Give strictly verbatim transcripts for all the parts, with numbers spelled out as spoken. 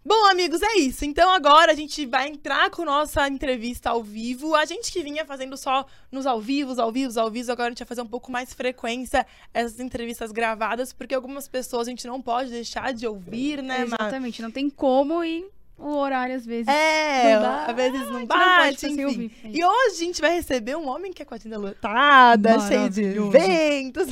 Bom, amigos, é isso. Então agora a gente vai entrar com nossa entrevista ao vivo. A gente que vinha fazendo só nos ao vivo, ao vivo, ao vivo, agora a gente vai fazer um pouco mais frequência essas entrevistas gravadas, porque algumas pessoas a gente não pode deixar de ouvir, né, Má? Exatamente, não tem como e o horário às vezes É, não dá. às vezes não A gente bate, não pode enfim. ouvir. É E hoje a gente vai receber um homem que é com a agenda lotada, cheio de Maravilhoso. eventos.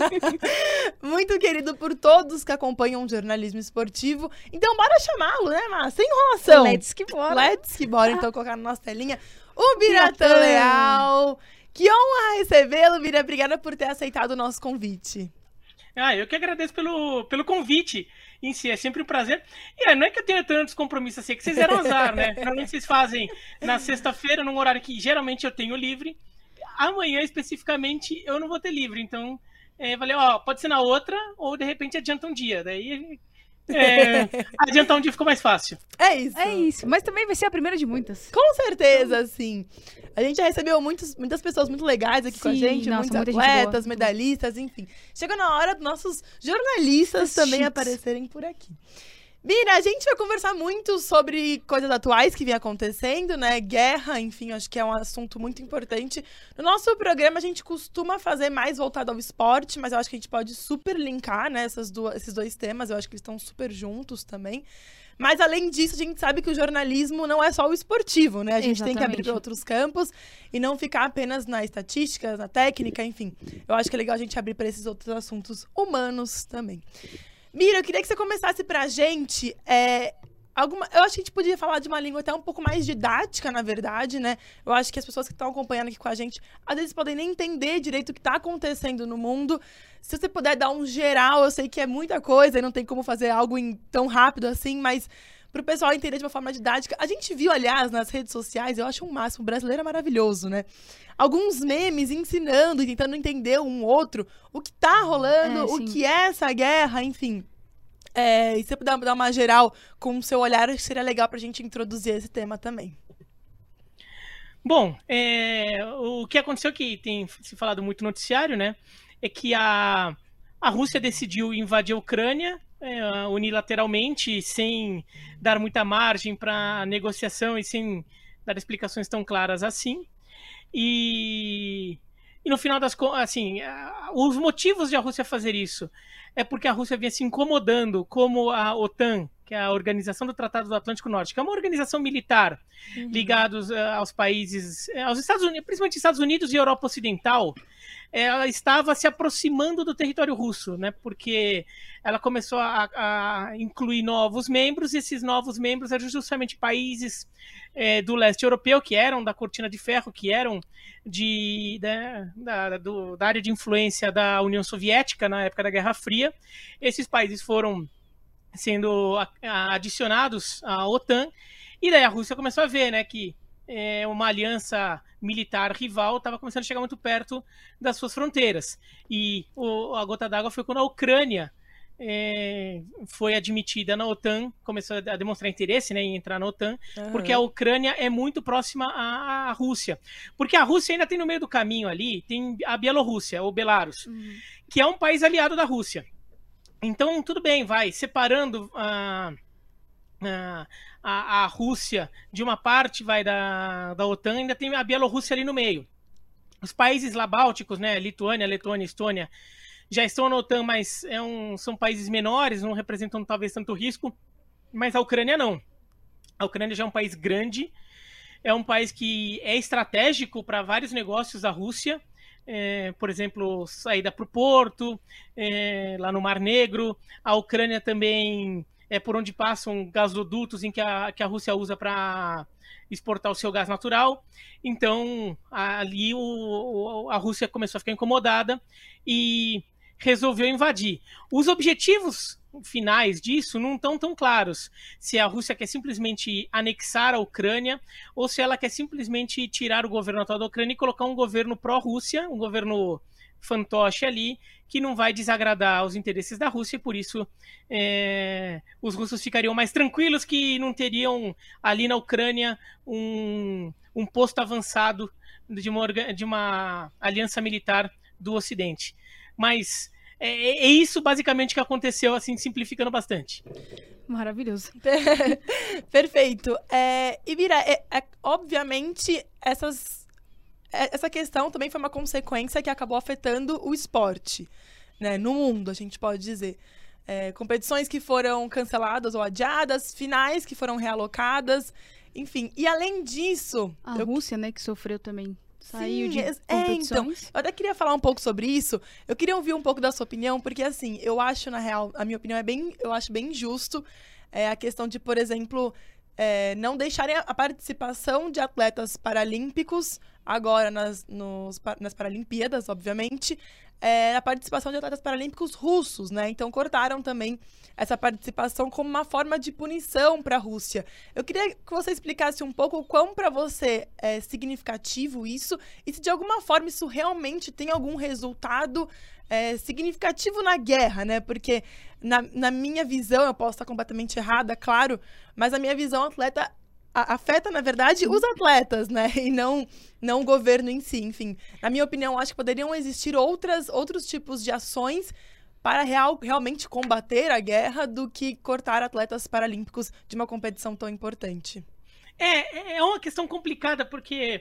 Muito querido por todos que acompanham o jornalismo esportivo. Então bora chamá-lo, né, Má? Sem enrolação. Let's que bora. Let's que bora, então, colocar na nossa telinha o Biratã Biratã. Leal. Que honra recebê-lo, Bira. Obrigada por ter aceitado o nosso convite. Ah, eu que agradeço pelo, pelo convite em si, é sempre um prazer. E é, não é que eu tenha tantos compromissos assim, é que vocês deram azar, né? Normalmente vocês fazem na sexta-feira, num horário que geralmente eu tenho livre. Amanhã, especificamente, eu não vou ter livre, então, é, valeu, ó, pode ser na outra, ou de repente adianta um dia. Daí, é, adiantar um dia ficou mais fácil. É isso. É isso, mas também vai ser a primeira de muitas. Com certeza, sim. A gente já recebeu muitos, muitas pessoas muito legais aqui com a Sim, gente, nossa, muitos muita gente atletas, boa. medalhistas, enfim. Chegou na hora dos nossos jornalistas também Chiques. aparecerem por aqui. Bira, a gente vai conversar muito sobre coisas atuais que vem acontecendo, né? Guerra, enfim, acho que é um assunto muito importante. No nosso programa, a gente costuma fazer mais voltado ao esporte, mas eu acho que a gente pode super linkar, né, essas duas, esses dois temas. Eu acho que eles estão super juntos também. Mas, além disso, a gente sabe que o jornalismo não é só o esportivo, né? A gente tem que abrir Exatamente. para outros campos e não ficar apenas na estatística, na técnica, enfim. Eu acho que é legal a gente abrir para esses outros assuntos humanos também. Mira, eu queria que você começasse pra gente. É, alguma, eu acho que a gente podia falar de uma língua até um pouco mais didática, na verdade, né? Eu acho que as pessoas que estão acompanhando aqui com a gente, às vezes podem nem entender direito o que está acontecendo no mundo. Se você puder dar um geral, eu sei que é muita coisa e não tem como fazer algo em, tão rápido assim, mas pro pessoal entender de uma forma didática. A gente viu, aliás, nas redes sociais, eu acho um máximo, o brasileiro é maravilhoso, né? Alguns memes ensinando e tentando entender um outro, o que tá rolando, É, o sim. que é essa guerra, enfim. É, e se você puder dar uma geral com o seu olhar, acho que seria legal pra gente introduzir esse tema também. Bom, é, o que aconteceu que tem se falado muito no noticiário, né? É que a, a Rússia decidiu invadir a Ucrânia é, unilateralmente, sem dar muita margem para negociação e sem dar explicações tão claras assim. E, e no final das contas, assim, a- os motivos de a Rússia fazer isso é porque a Rússia vinha se incomodando como a OTAN, que é a Organização do Tratado do Atlântico Norte, que é uma organização militar ligados eh, aos países, eh, aos Estados Unidos, principalmente Estados Unidos e Europa Ocidental, ela estava se aproximando do território russo, né? Porque ela começou a, a incluir novos membros, e esses novos membros eram justamente países eh, do leste europeu, que eram da Cortina de Ferro, que eram de, da, da, do- da área de influência da União Soviética na época da Guerra Fria. Esses países foram sendo a- a- adicionados à OTAN, e daí a Rússia começou a ver, né, que é, uma aliança militar rival estava começando a chegar muito perto das suas fronteiras. E o- a gota d'água foi quando a Ucrânia é, foi admitida na OTAN, começou a demonstrar interesse, né, em entrar na OTAN, porque a Ucrânia é muito próxima à, à Rússia. Porque a Rússia ainda tem no meio do caminho ali, tem a Bielorrússia, ou Belarus, que é um país aliado da Rússia. Então, tudo bem, vai, separando a, a, a, a Rússia de uma parte vai da, da OTAN, ainda tem a Bielorrússia ali no meio. Os países lá bálticos, né, Lituânia, Letônia, Estônia, já estão na OTAN, mas é um, são países menores, não representam talvez tanto risco, mas a Ucrânia não. A Ucrânia já é um país grande, é um país que é estratégico para vários negócios da Rússia, é, por exemplo, saída para o porto, é, lá no Mar Negro. A Ucrânia também é por onde passam gasodutos em que a, que a Rússia usa para exportar o seu gás natural. Então, ali o, o- a Rússia começou a ficar incomodada e resolveu invadir. Os objetivos finais disso não estão tão claros. Se a Rússia quer simplesmente anexar a Ucrânia ou se ela quer simplesmente tirar o governo atual da Ucrânia e colocar um governo pró-Rússia, um governo fantoche ali, que não vai desagradar os interesses da Rússia, e por isso é, os russos ficariam mais tranquilos, que não teriam ali na Ucrânia um, um posto avançado de uma, orga- de uma aliança militar do Ocidente. Mas é, é isso basicamente que aconteceu, assim, simplificando bastante. Maravilhoso. Perfeito. É, e Mira, é, é, obviamente, essas, é, essa questão também foi uma consequência que acabou afetando o esporte, né? No mundo, a gente pode dizer. É, competições que foram canceladas ou adiadas, finais que foram realocadas, enfim. E além disso... A eu... Rússia, né, que sofreu também. Saiu Sim, de é, competições. então, eu até queria falar um pouco sobre isso. Eu queria ouvir um pouco da sua opinião, porque assim, eu acho, na real, a minha opinião é bem, eu acho bem justo é, a questão de, por exemplo, é, não deixarem a participação de atletas paralímpicos, agora nas, nos, nas Paralimpíadas, obviamente, é, a participação de atletas paralímpicos russos, né? Então cortaram também essa participação como uma forma de punição para a Rússia. Eu queria que você explicasse um pouco o quão para você é significativo isso e se de alguma forma isso realmente tem algum resultado é, significativo na guerra, né? Porque na, na minha visão, eu posso estar completamente errada, claro, mas a minha visão atleta afeta, na verdade, os atletas, né? E não, não o governo em si. Enfim, na minha opinião, acho que poderiam existir outras, outros tipos de ações para real, realmente combater a guerra do que cortar atletas paralímpicos de uma competição tão importante. É, é uma questão complicada, porque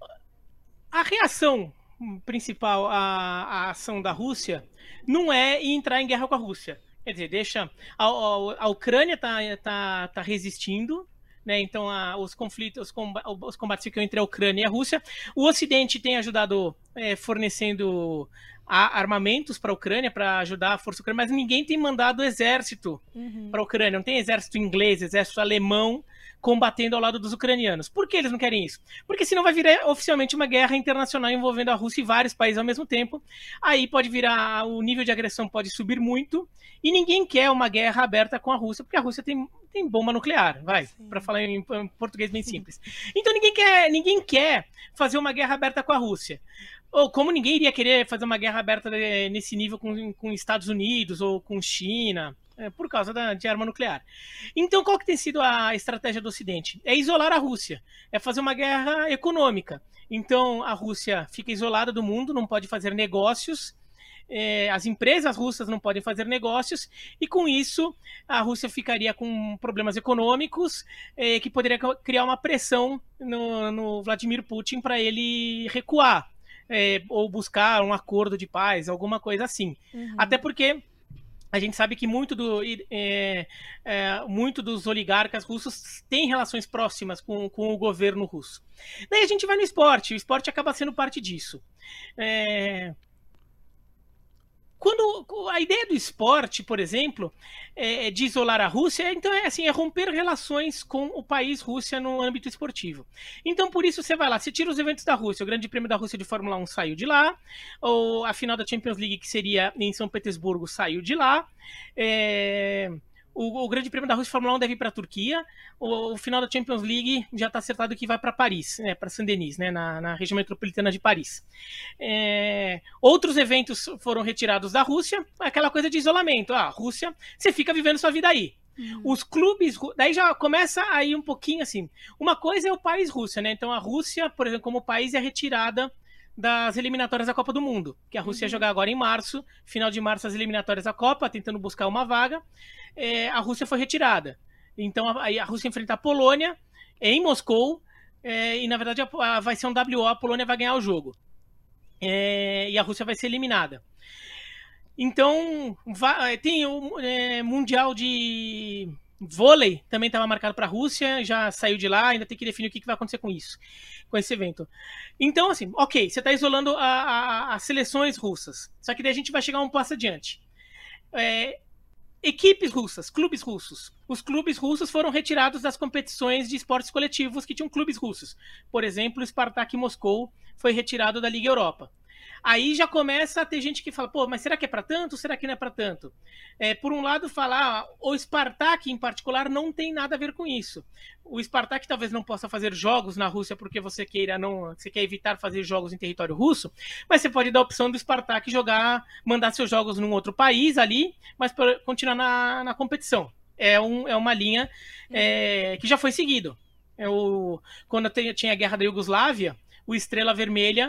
a reação principal à, à ação da Rússia não é entrar em guerra com a Rússia. Quer dizer, deixa... A, a, a Ucrânia está tá, tá resistindo, né? Então, a, os conflitos, os, comba os combates ficam entre a Ucrânia e a Rússia. O Ocidente tem ajudado é, fornecendo a, armamentos para a Ucrânia, para ajudar a força ucraniana, mas ninguém tem mandado exército uhum. para a Ucrânia. Não tem exército inglês, exército alemão combatendo ao lado dos ucranianos. Por que eles não querem isso? Porque senão vai virar oficialmente uma guerra internacional envolvendo a Rússia e vários países ao mesmo tempo. Aí pode virar, o nível de agressão pode subir muito, e ninguém quer uma guerra aberta com a Rússia, porque a Rússia tem, tem bomba nuclear, vai, para falar em, em português bem simples. Então ninguém quer, ninguém quer fazer uma guerra aberta com a Rússia. Ou como ninguém iria querer fazer uma guerra aberta nesse nível com, com Estados Unidos ou com China, é, por causa da, de arma nuclear. Então, qual que tem sido a estratégia do Ocidente? É isolar a Rússia, é fazer uma guerra econômica. Então, a Rússia fica isolada do mundo, não pode fazer negócios, é, as empresas russas não podem fazer negócios, e com isso, a Rússia ficaria com problemas econômicos, é, que poderia criar uma pressão no, no Vladimir Putin para ele recuar. É, ou buscar um acordo de paz, alguma coisa assim. Uhum. Até porque a gente sabe que muito, do, é, é, muito dos oligarcas russos têm relações próximas com, com o governo russo. Daí a gente vai no esporte, o esporte acaba sendo parte disso. É... Quando a ideia do esporte, por exemplo, é de isolar a Rússia, então é assim, é romper relações com o país Rússia no âmbito esportivo. Então, por isso, você vai lá, você tira os eventos da Rússia, o Grande Prêmio da Rússia de Fórmula um saiu de lá, ou a final da Champions League, que seria em São Petersburgo, saiu de lá, é... O, o Grande Prêmio da Rússia de Fórmula um deve ir para a Turquia. O, o final da Champions League já está acertado que vai para Paris, né, para Saint-Denis, né, na, na região metropolitana de Paris. É, outros eventos foram retirados da Rússia, aquela coisa de isolamento. Ah, Rússia, você fica vivendo sua vida aí. Uhum. Os clubes, daí já começa aí um pouquinho assim. Uma coisa é o país Rússia, né? Então a Rússia, por exemplo, como país, é retirada das eliminatórias da Copa do Mundo, que a Rússia uhum. ia jogar agora em março, final de março as eliminatórias da Copa, tentando buscar uma vaga. É, a Rússia foi retirada. Então a, a Rússia enfrenta a Polônia em Moscou, é, e na verdade a, a, vai ser um W O, a Polônia vai ganhar o jogo. É, e a Rússia vai ser eliminada. Então vai, tem o é, Mundial de Vôlei, também estava marcado para a Rússia, já saiu de lá, ainda tem que definir o que, que vai acontecer com isso, com esse evento. Então, assim, ok, você está isolando a, a, as seleções russas, só que daí a gente vai chegar um passo adiante. É, equipes russas, clubes russos. Os clubes russos foram retirados das competições de esportes coletivos que tinham clubes russos. Por exemplo, o Spartak Moscou foi retirado da Liga Europa. Aí já começa a ter gente que fala, pô, mas será que é para tanto? Será que não é para tanto? É, por um lado, falar, ah, o Spartak em particular não tem nada a ver com isso. O Spartak talvez não possa fazer jogos na Rússia porque você queira não, você quer evitar fazer jogos em território russo, mas você pode dar a opção do Spartak jogar, mandar seus jogos num outro país ali, mas para continuar na, na competição. É, um, é uma linha é, que já foi seguido. É o, quando tinha a guerra da Iugoslávia, o Estrela Vermelha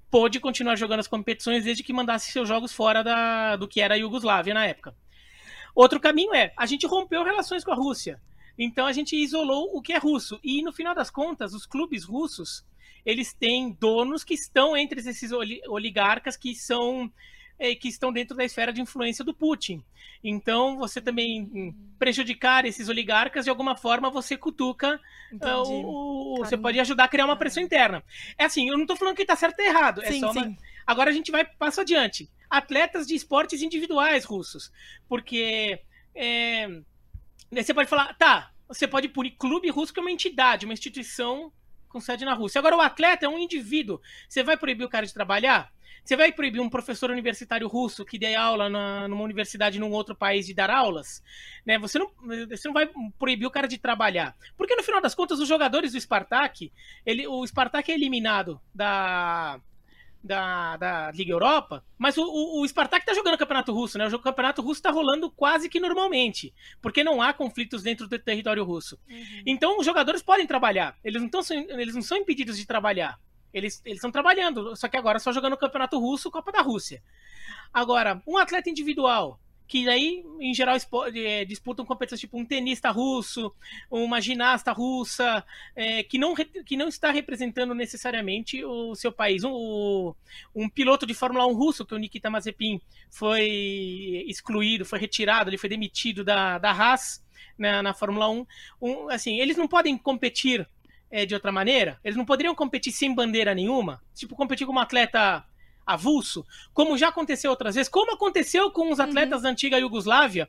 pôde continuar jogando as competições desde que mandasse seus jogos fora da, do que era a Iugoslávia na época. Outro caminho é, a gente rompeu relações com a Rússia. Então a gente isolou o que é russo. E no final das contas, os clubes russos, eles têm donos que estão entre esses oligarcas que são... que estão dentro da esfera de influência do Putin. Então, você também prejudicar esses oligarcas, de alguma forma, você cutuca, uh, o, você pode ajudar a criar uma pressão interna. É assim, eu não estou falando que está certo ou errado. É sim, só uma... sim. Agora a gente vai passo adiante. Atletas de esportes individuais russos. Porque é... você pode falar, tá, você pode punir clube russo, que é uma entidade, uma instituição com sede na Rússia. Agora, o atleta é um indivíduo. Você vai proibir o cara de trabalhar? Você vai proibir um professor universitário russo que dê aula na, numa universidade num outro país de dar aulas? Né? Você, não, você não vai proibir o cara de trabalhar. Porque, no final das contas, os jogadores do Spartak, ele, o Spartak é eliminado da, da, da Liga Europa, mas o, o, o Spartak está jogando o Campeonato Russo. Né? O Campeonato Russo está rolando quase que normalmente, porque não há conflitos dentro do território russo. Uhum. Então, os jogadores podem trabalhar. Eles não, tão, eles não são impedidos de trabalhar. Eles estão trabalhando, só que agora só jogando o Campeonato Russo, Copa da Rússia. Agora, um atleta individual, que aí, em geral, é, disputam competições tipo um tenista russo, uma ginasta russa, é, que, não, que não está representando necessariamente o seu país. Um, um piloto de Fórmula um russo, que é o Nikita Mazepin, foi excluído, foi retirado, ele foi demitido da, da Haas, na, na Fórmula um. um. Assim, eles não podem competir É, de outra maneira, eles não poderiam competir sem bandeira nenhuma, tipo competir como atleta avulso, como já aconteceu outras vezes, como aconteceu com os atletas uhum. da antiga Iugoslávia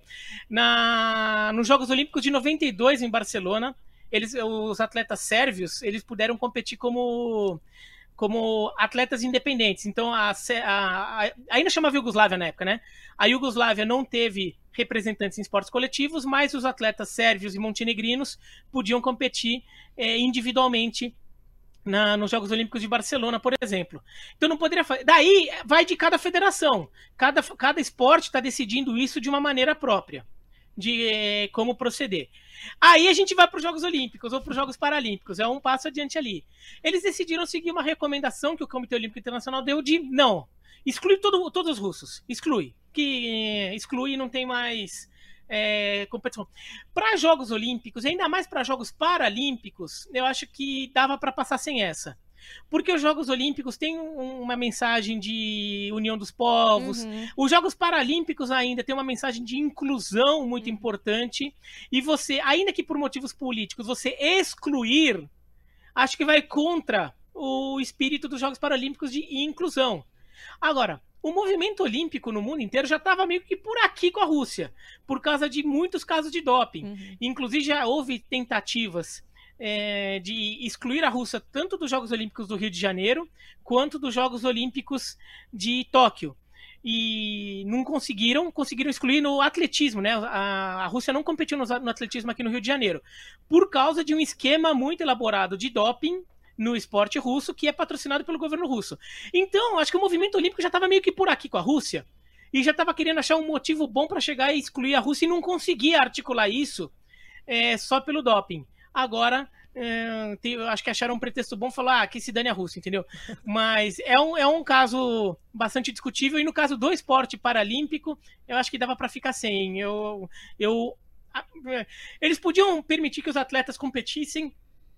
na, nos Jogos Olímpicos de noventa e dois em Barcelona. Eles, os atletas sérvios, eles puderam competir como, como atletas independentes. Então, a, a, a, ainda chamava Iugoslávia na época, né? A Iugoslávia não teve representantes em esportes coletivos, mas os atletas sérvios e montenegrinos podiam competir é, individualmente na, nos Jogos Olímpicos de Barcelona, por exemplo. Então não poderia fazer. Daí vai de cada federação. Cada, cada esporte está decidindo isso de uma maneira própria, de é, como proceder. Aí a gente vai para os Jogos Olímpicos ou para os Jogos Paralímpicos, é um passo adiante ali. Eles decidiram seguir uma recomendação que o Comitê Olímpico Internacional deu de não, exclui todo, todos os russos, exclui. Que exclui e não tem mais é, competição. Para Jogos Olímpicos, ainda mais para Jogos Paralímpicos, eu acho que dava para passar sem essa. Porque os Jogos Olímpicos têm um, uma mensagem de união dos povos. Uhum. Os Jogos Paralímpicos ainda têm uma mensagem de inclusão muito uhum. importante. E você, ainda que por motivos políticos, você excluir, acho que vai contra o espírito dos Jogos Paralímpicos de inclusão. Agora, o movimento olímpico no mundo inteiro já estava meio que por aqui com a Rússia, por causa de muitos casos de doping. Uhum. Inclusive, já houve tentativas é, de excluir a Rússia tanto dos Jogos Olímpicos do Rio de Janeiro, quanto dos Jogos Olímpicos de Tóquio. E não conseguiram, conseguiram excluir no atletismo, né? A, a Rússia não competiu no, no atletismo aqui no Rio de Janeiro, por causa de um esquema muito elaborado de doping no esporte russo, que é patrocinado pelo governo russo. Então, acho que o movimento olímpico já estava meio que por aqui com a Rússia, e já estava querendo achar um motivo bom para chegar e excluir a Rússia, e não conseguia articular isso é, só pelo doping. Agora, é, tem, acho que acharam um pretexto bom falar ah, que se dane a Rússia, entendeu? Mas é um, é um caso bastante discutível, e no caso do esporte paralímpico, eu acho que dava para ficar sem. Eu, eu, eles podiam permitir que os atletas competissem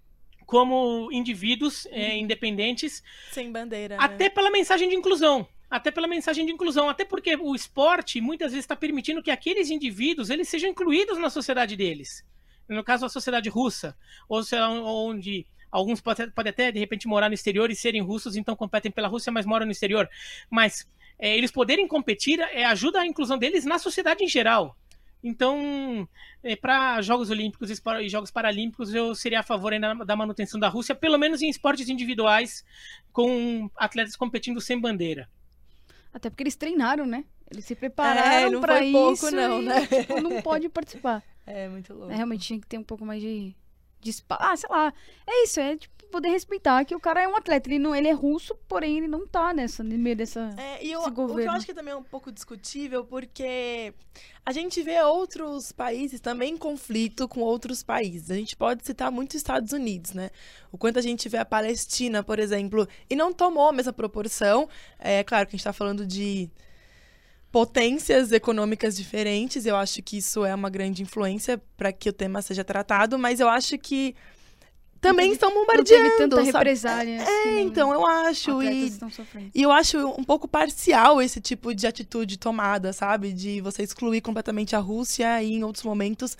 como indivíduos é, independentes. Sem bandeira. Até né? pela mensagem de inclusão. Até pela mensagem de inclusão. Até porque o esporte, muitas vezes, está permitindo que aqueles indivíduos eles sejam incluídos na sociedade deles. No caso, a sociedade russa. Ou sei lá, onde alguns podem pode até, de repente, morar no exterior e serem russos, então competem pela Rússia, mas moram no exterior. Mas é, eles poderem competir é, ajuda a inclusão deles na sociedade em geral. Então, é, para Jogos Olímpicos e Jogos Paralímpicos, eu seria a favor ainda da manutenção da Rússia, pelo menos em esportes individuais, com atletas competindo sem bandeira. Até porque eles treinaram, né? Eles se prepararam é, para isso. Pouco, não, né? E, tipo, não pode participar. É, muito louco. É, realmente tinha que ter um pouco mais de, de spa. Ah, sei lá. É isso, é tipo, poder respeitar que o cara é um atleta. Ele, não, ele é russo, porém ele não tá nessa, no meio dessa. É, e eu, esse o que eu governo. acho que também é um pouco discutível, porque a gente vê outros países também em conflito com outros países. A gente pode citar muito os Estados Unidos, né? O quanto a gente vê a Palestina, por exemplo, e não tomou a mesma proporção. É claro que a gente tá falando de potências econômicas diferentes. Eu acho que isso é uma grande influência para que o tema seja tratado, mas eu acho que também teve- estão Não bombardeando, teve tanta sabe? represália. É, assim, então, eu acho. atletas E, estão sofrendo. e eu acho um pouco parcial esse tipo de atitude tomada, sabe? De você excluir completamente a Rússia e em outros momentos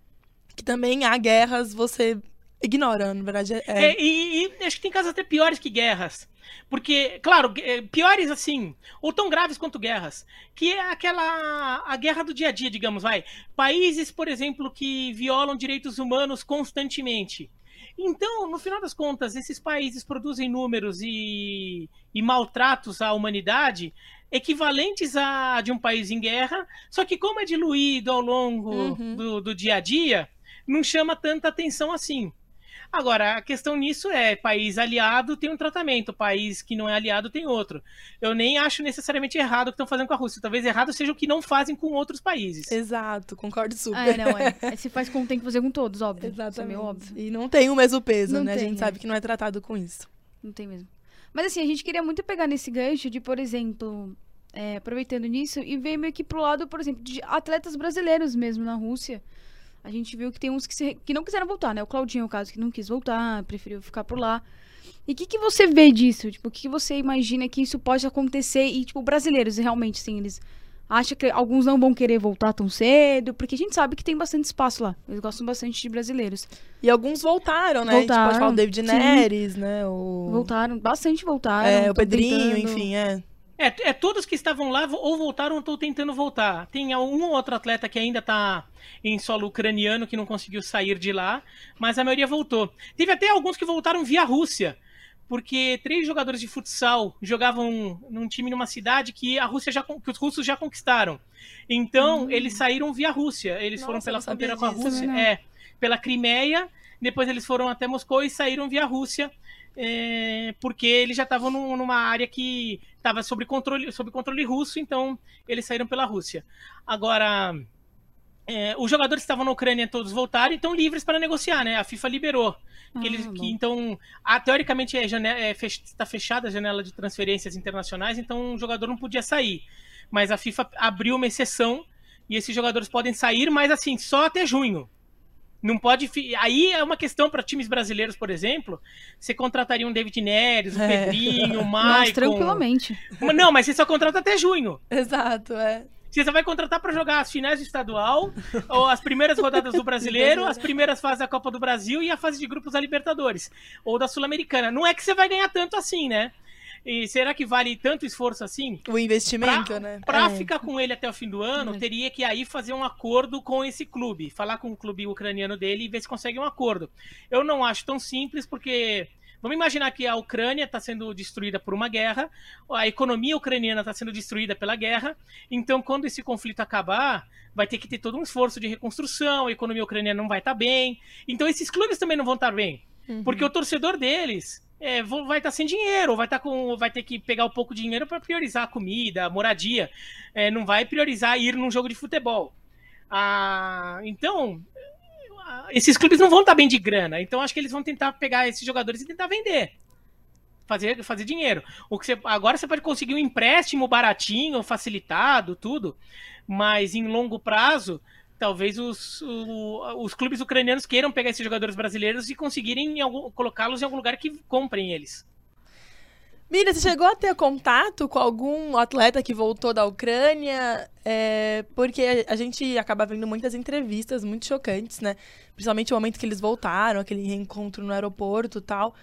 que também há guerras, você ignora, na verdade. É, É, e, e acho que tem casos até piores que guerras. Porque, claro, é, piores assim, ou tão graves quanto guerras, que é aquela, a guerra do dia a dia, digamos, vai. Países, por exemplo, que violam direitos humanos constantemente. Então, no final das contas, esses países produzem números e, e maltratos à humanidade equivalentes a de um país em guerra, só que como é diluído ao longo Uhum. do, do dia a dia, não chama tanta atenção assim. Agora, a questão nisso é, país aliado tem um tratamento, país que não é aliado tem outro. Eu nem acho necessariamente errado o que estão fazendo com a Rússia. Talvez errado seja o que não fazem com outros países. Exato, concordo super. Ah, não, é. É, se faz como tem que fazer com todos, óbvio. Isso é Exatamente. meio óbvio. E não tem o mesmo peso, Não né? a tem, gente é. sabe que não é tratado com isso. Não tem mesmo. Mas assim, a gente queria muito pegar nesse gancho de, por exemplo, é, aproveitando nisso, e ver meio que pro lado, por exemplo, de atletas brasileiros mesmo na Rússia. A gente viu que tem uns que, se- que não quiseram voltar, né? O Claudinho, é o caso, que não quis voltar, preferiu ficar por lá. E o que, que você vê disso? Tipo, o que, que você imagina que isso pode acontecer? E, tipo, brasileiros, realmente, sim, eles acham que alguns não vão querer voltar tão cedo, porque a gente sabe que tem bastante espaço lá. Eles gostam bastante de brasileiros. E alguns voltaram, né? A gente pode Voltaram, falar o David sim. Neres, né? O, Voltaram, bastante voltaram. é, o tão Pedrinho, tentando. enfim, é. É, é todos que estavam lá ou voltaram ou estão tentando voltar. Tem um ou outro atleta que ainda está em solo ucraniano que não conseguiu sair de lá, mas a maioria voltou. Teve até alguns que voltaram via Rússia, porque três jogadores de futsal jogavam num time numa cidade que a Rússia já que os russos já conquistaram. Então eles saíram via Rússia. Eles foram Nossa, pela não sabia fronteira com a disso, Rússia, também não. é, pela Crimeia. Depois eles foram até Moscou e saíram via Rússia. É, porque eles já estavam num- numa área que estava sob controle, sob controle russo, então eles saíram pela Rússia. Agora, é, os jogadores que estavam na Ucrânia todos voltaram e estão livres para negociar, né? A FIFA liberou. Que eles, Ah, que, bom. então, a, teoricamente está é, é, fech, tá fechada a janela de transferências internacionais, então o jogador não podia sair. Mas a FIFA abriu uma exceção e esses jogadores podem sair, mas assim, só até junho. Não pode. fi- Aí é uma questão para times brasileiros, por exemplo. Você contrataria um David Neres, um É. Pedrinho, um Nossa, Maicon. tranquilamente. Mas não, mas você só contrata até junho. Exato, é. Você só vai contratar para jogar as finais do estadual, ou as primeiras rodadas do Brasileiro, as primeiras fases da Copa do Brasil e a fase de grupos da Libertadores, ou da Sul-Americana. Não é que você vai ganhar tanto assim, né? E será que vale tanto esforço assim? O investimento, Pra, né? pra É. ficar com ele até o fim do ano, É. teria que aí fazer um acordo com esse clube. Falar com o clube ucraniano dele e ver se consegue um acordo. Eu não acho tão simples, porque vamos imaginar que a Ucrânia está sendo destruída por uma guerra, a economia ucraniana está sendo destruída pela guerra, então quando esse conflito acabar, vai ter que ter todo um esforço de reconstrução, a economia ucraniana não vai estar bem, então esses clubes também não vão estar bem, Uhum. porque o torcedor deles é, vão- vai estar sem dinheiro, vai, estar com, vai ter que pegar um pouco de dinheiro para priorizar a comida, a moradia, é, não vai priorizar ir num jogo de futebol. Ah, então, ah, esses clubes não vão estar bem de grana, então acho que eles vão tentar pegar esses jogadores e tentar vender. Fazer, fazer dinheiro. O que você, agora você pode conseguir um empréstimo baratinho, facilitado, tudo, mas em longo prazo, talvez os, o- os clubes ucranianos queiram pegar esses jogadores brasileiros e conseguirem em algum- colocá-los em algum lugar que comprem eles. Miriam, você chegou a ter contato com algum atleta que voltou da Ucrânia? É, porque a a gente acaba vendo muitas entrevistas muito chocantes, né? Principalmente o momento que eles voltaram, aquele reencontro no aeroporto e tal.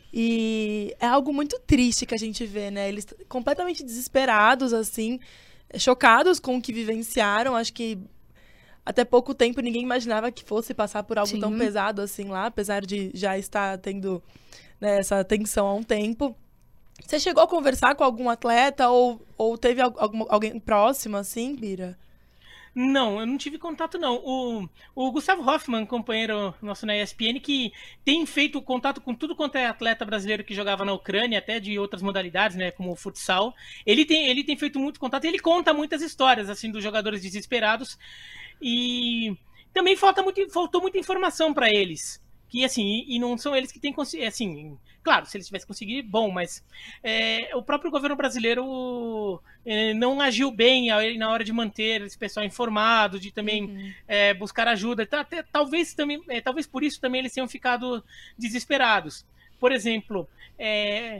E é algo muito triste que a gente vê, né? Eles completamente desesperados, assim, chocados com o que vivenciaram. Acho que até pouco tempo ninguém imaginava que fosse passar por algo Sim. tão pesado assim lá, apesar de já estar tendo, né, essa tensão há um tempo. Você chegou a conversar com algum atleta ou, ou teve al- algum, alguém próximo, assim, Bira? Não, eu não tive contato, não. O, o Gustavo Hoffmann, companheiro nosso na E S P N, que tem feito contato com tudo quanto é atleta brasileiro que jogava na Ucrânia, até de outras modalidades, né, como o futsal. Ele tem, ele tem feito muito contato, ele conta muitas histórias, assim, dos jogadores desesperados. E também falta muito, faltou muita informação para eles. Que, assim, e, e não são eles que têm conseguido, assim... Claro, se eles tivessem conseguido, bom, mas é, o próprio governo brasileiro é, não agiu bem na hora de manter esse pessoal informado, de também uhum. é, buscar ajuda. Até, talvez, também, é, talvez por isso também eles tenham ficado desesperados. Por exemplo, é,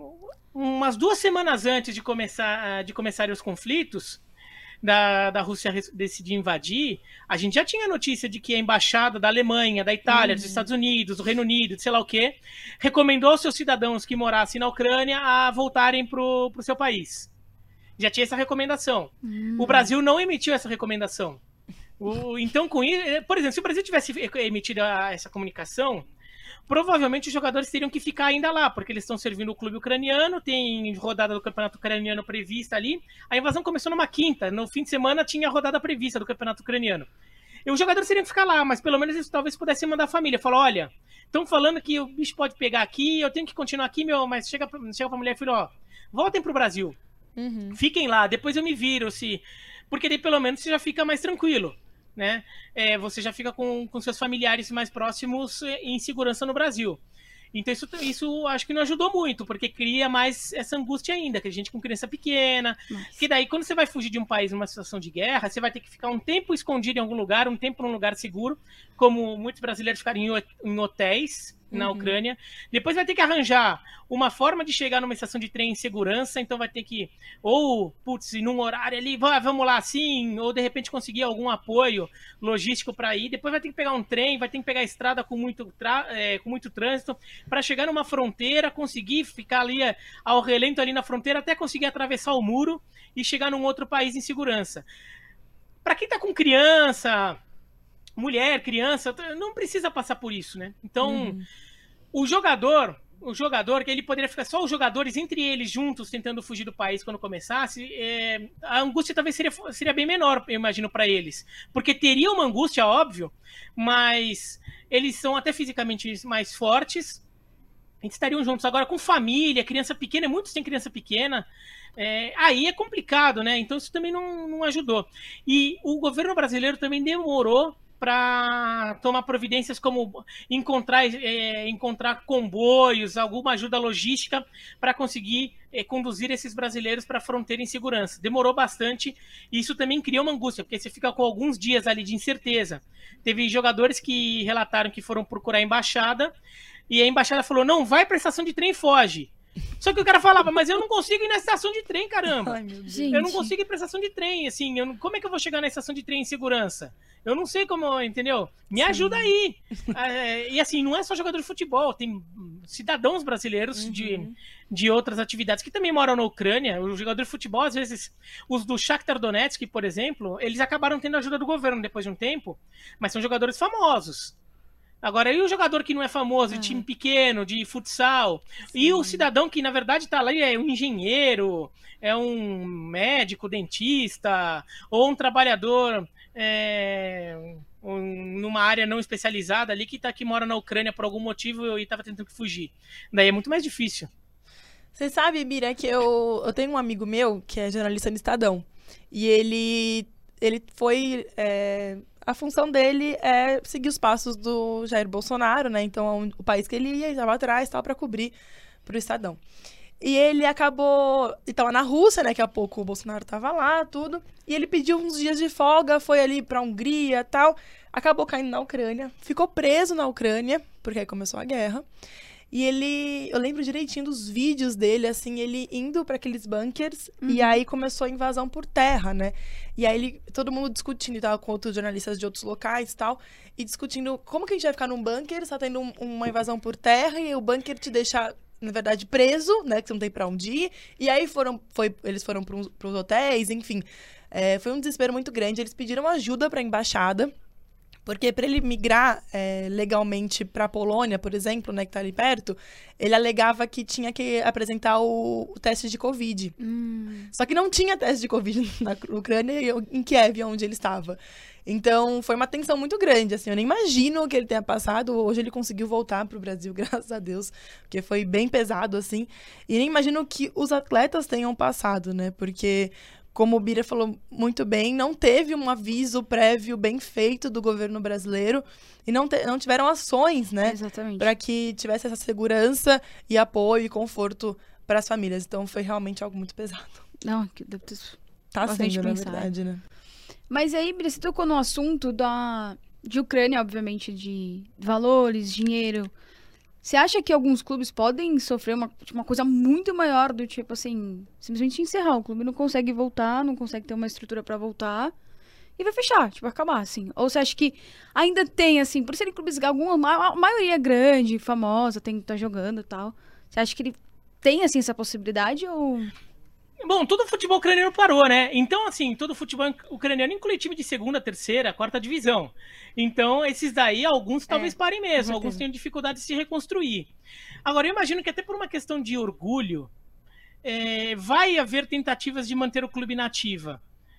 umas duas semanas antes de começar, de começarem os conflitos, Da, da Rússia decidir invadir, a gente já tinha notícia de que a embaixada da Alemanha, da Itália, uhum. dos Estados Unidos, do Reino Unido, de sei lá o quê, recomendou aos seus cidadãos que morassem na Ucrânia a voltarem pro, pro seu país. Já tinha essa recomendação. Uhum. O Brasil não emitiu essa recomendação. O, então, com isso, por exemplo, se o Brasil tivesse emitido a, essa comunicação, provavelmente os jogadores teriam que ficar ainda lá, porque eles estão servindo o clube ucraniano, tem rodada do campeonato ucraniano prevista ali. A invasão começou numa quinta, no fim de semana tinha a rodada prevista do campeonato ucraniano. E os jogadores teriam que ficar lá, mas pelo menos eles talvez pudessem mandar a família. Falar, olha, estão falando que o bicho pode pegar aqui, eu tenho que continuar aqui, meu, mas chega pra, chega pra mulher e fala, ó, voltem pro Brasil. Uhum. Fiquem lá, depois eu me viro, se... porque daí pelo menos você já fica mais tranquilo. Né? É, você já fica com, com seus familiares mais próximos em segurança no Brasil. Então isso, isso acho que não ajudou muito, porque cria mais essa angústia ainda, que a gente com criança pequena, Nossa. Que daí quando você vai fugir de um país numa situação de guerra, você vai ter que ficar um tempo escondido em algum lugar, um tempo num lugar seguro, como muitos brasileiros ficaram em, em hotéis na uhum. Ucrânia. Depois vai ter que arranjar uma forma de chegar numa estação de trem em segurança, então vai ter que, ou, putz, num horário ali, vamos lá assim, ou de repente conseguir algum apoio logístico para ir. Depois vai ter que pegar um trem, vai ter que pegar a estrada com muito, é, com muito trânsito, para chegar numa fronteira, conseguir ficar ali ao relento ali na fronteira, até conseguir atravessar o muro e chegar num outro país em segurança. Para quem tá com criança... mulher, criança, não precisa passar por isso, né? Então, uhum. o jogador, o jogador, que ele poderia ficar só os jogadores entre eles juntos tentando fugir do país quando começasse, é, a angústia talvez seria, seria bem menor, eu imagino, para eles. Porque teria uma angústia, óbvio, mas eles são até fisicamente mais fortes, eles estariam juntos. Agora, com família, criança pequena, muitos têm criança pequena, é, aí é complicado, né? Então, isso também não, não ajudou. E o governo brasileiro também demorou para tomar providências como encontrar, é, encontrar comboios, alguma ajuda logística para conseguir é, conduzir esses brasileiros para a fronteira em segurança. Demorou bastante e isso também cria uma angústia, porque você fica com alguns dias ali de incerteza. Teve jogadores que relataram que foram procurar a embaixada e a embaixada falou, não, vai para a estação de trem e foge. Só que o cara falava, mas eu não consigo ir na estação de trem, caramba. Ai, meu Deus. Eu não consigo ir pra estação de trem, assim, eu não... como é que eu vou chegar na estação de trem em segurança? Eu não sei como, entendeu? Me Sim. ajuda aí. é, e assim, não é só jogador de futebol, tem cidadãos brasileiros uhum. de, de outras atividades que também moram na Ucrânia. Os jogadores de futebol, às vezes, os do Shakhtar Donetsk, por exemplo, eles acabaram tendo ajuda do governo depois de um tempo, mas são jogadores famosos. Agora, e o jogador que não é famoso, de ah. time pequeno, de futsal? Sim. E o cidadão que, na verdade, tá lá e é um engenheiro, é um médico, dentista, ou um trabalhador é, um, numa área não especializada ali que, tá, que mora na Ucrânia por algum motivo e estava tentando fugir. Daí é muito mais difícil. Você sabe, Mira, que eu, eu tenho um amigo meu que é jornalista no Estadão. E ele, ele foi... É... A função dele é seguir os passos do Jair Bolsonaro, né? Então, o país que ele ia, estava atrás, tal, para cobrir para o Estadão. E ele acabou... Estava na Rússia, né? Daqui a pouco o Bolsonaro estava lá, tudo. E ele pediu uns dias de folga, foi ali para a Hungria e tal. Acabou caindo na Ucrânia. Ficou preso na Ucrânia, porque aí começou a guerra. E ele... Eu lembro direitinho dos vídeos dele, assim, ele indo para aqueles bunkers. Uhum. E aí começou a invasão por terra, né? E aí ele, todo mundo discutindo e tal, com outros jornalistas de outros locais e tal. E discutindo como que a gente vai ficar num bunker, está tendo um, uma invasão por terra. E o bunker te deixa, na verdade, preso, né? Que você não tem para onde ir. E aí foram, foi, eles foram para os hotéis, enfim. É, foi um desespero muito grande. Eles pediram ajuda para a embaixada. Porque para ele migrar é, legalmente para a Polônia, por exemplo, né, que está ali perto, ele alegava que tinha que apresentar o, o teste de Covid. Hum. Só que não tinha teste de Covid na Ucrânia e em Kiev, onde ele estava. Então, foi uma tensão muito grande, assim. Eu nem imagino o que ele tenha passado. Hoje ele conseguiu voltar para o Brasil, graças a Deus, porque foi bem pesado, assim. E nem imagino o que os atletas tenham passado, né? Porque, como o Bira falou muito bem, não teve um aviso prévio bem feito do governo brasileiro e não, te- não tiveram ações, né? Exatamente. Para que tivesse essa segurança e apoio e conforto para as famílias. Então, foi realmente algo muito pesado. Não, que deve ter... Tá Bastante sendo, na pensar. verdade, né? Mas aí, Bira, você tocou no assunto da... de Ucrânia, obviamente, de valores, dinheiro. Você acha que alguns clubes podem sofrer uma, uma coisa muito maior do tipo, assim, simplesmente encerrar? O clube não consegue voltar, não consegue ter uma estrutura pra voltar e vai fechar, tipo, acabar, assim. Ou você acha que ainda tem, assim, por serem clubes, alguma ma- a maioria grande, famosa, tem que estar jogando e tal. Você acha que ele tem, assim, essa possibilidade ou... Bom, todo o futebol ucraniano parou, né? Então, assim, todo o futebol ucraniano inclui time de segunda, terceira, quarta divisão. Então, esses daí, alguns talvez parem mesmo, alguns certeza. tenham dificuldade de se reconstruir. Agora, eu imagino que até por uma questão de orgulho, é, vai haver tentativas de manter o clube na ativa.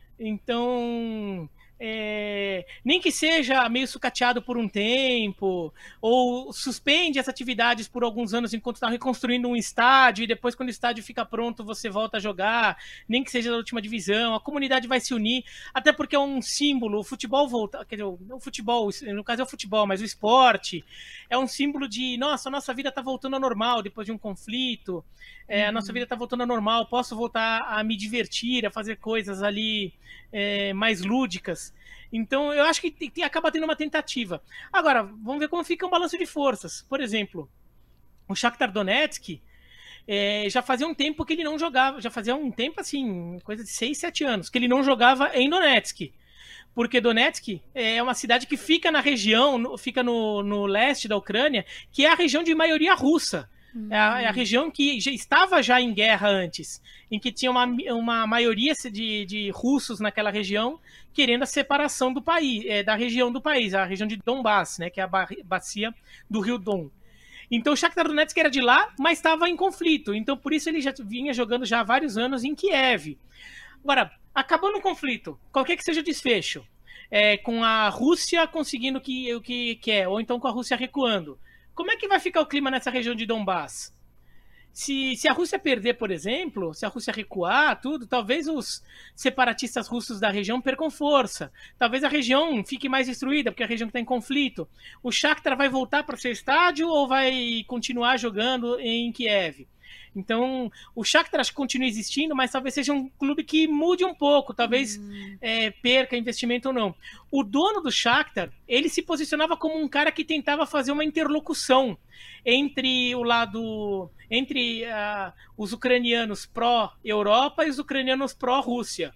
Então, é, nem que seja meio sucateado por um tempo, ou suspende as atividades por alguns anos enquanto está reconstruindo um estádio, e depois, quando o estádio fica pronto, você volta a jogar, nem que seja da última divisão, a comunidade vai se unir, até porque é um símbolo, o futebol volta, quer dizer, não o futebol, no caso é o futebol, mas o esporte é um símbolo de, nossa, a nossa vida está voltando ao normal depois de um conflito, é, a nossa vida está voltando ao normal, posso voltar a me divertir, a fazer coisas ali é, mais lúdicas. Então, eu acho que tem, tem- acaba tendo uma tentativa. Agora, vamos ver como fica um balanço de forças. Por exemplo, o Shakhtar Donetsk é, já fazia um tempo que ele não jogava, já fazia um tempo, assim, coisa de seis, sete anos, que ele não jogava em Donetsk. Porque Donetsk é uma cidade que fica na região, no- fica no, no leste da Ucrânia, que é a região de maioria russa. É a, é a região que já estava já em guerra antes, em que tinha uma, uma maioria de, de russos naquela região querendo a separação do país, é, da região do país, a região de Donbass, né, que é a ba- bacia do rio Don. Então o Shakhtar Donetsk era de lá, mas estava em conflito. Então por isso ele já vinha jogando já há vários anos em Kiev. Agora, acabando o conflito, qualquer que seja o desfecho, é, com a Rússia conseguindo o que, o que quer, ou então com a Rússia recuando, como é que vai ficar o clima nessa região de Donbass? Se, se a Rússia perder, por exemplo, se a Rússia recuar, tudo, talvez os separatistas russos da região percam força. Talvez a região fique mais destruída, porque é a região que está em conflito. O Shakhtar vai voltar para o seu estádio ou vai continuar jogando em Kiev? Então, o Shakhtar acho que continua existindo, mas talvez seja um clube que mude um pouco, talvez Hum. é, perca investimento ou não. O dono do Shakhtar, ele se posicionava como um cara que tentava fazer uma interlocução entre o lado, entre uh, os ucranianos pró-Europa e os ucranianos pró-Rússia.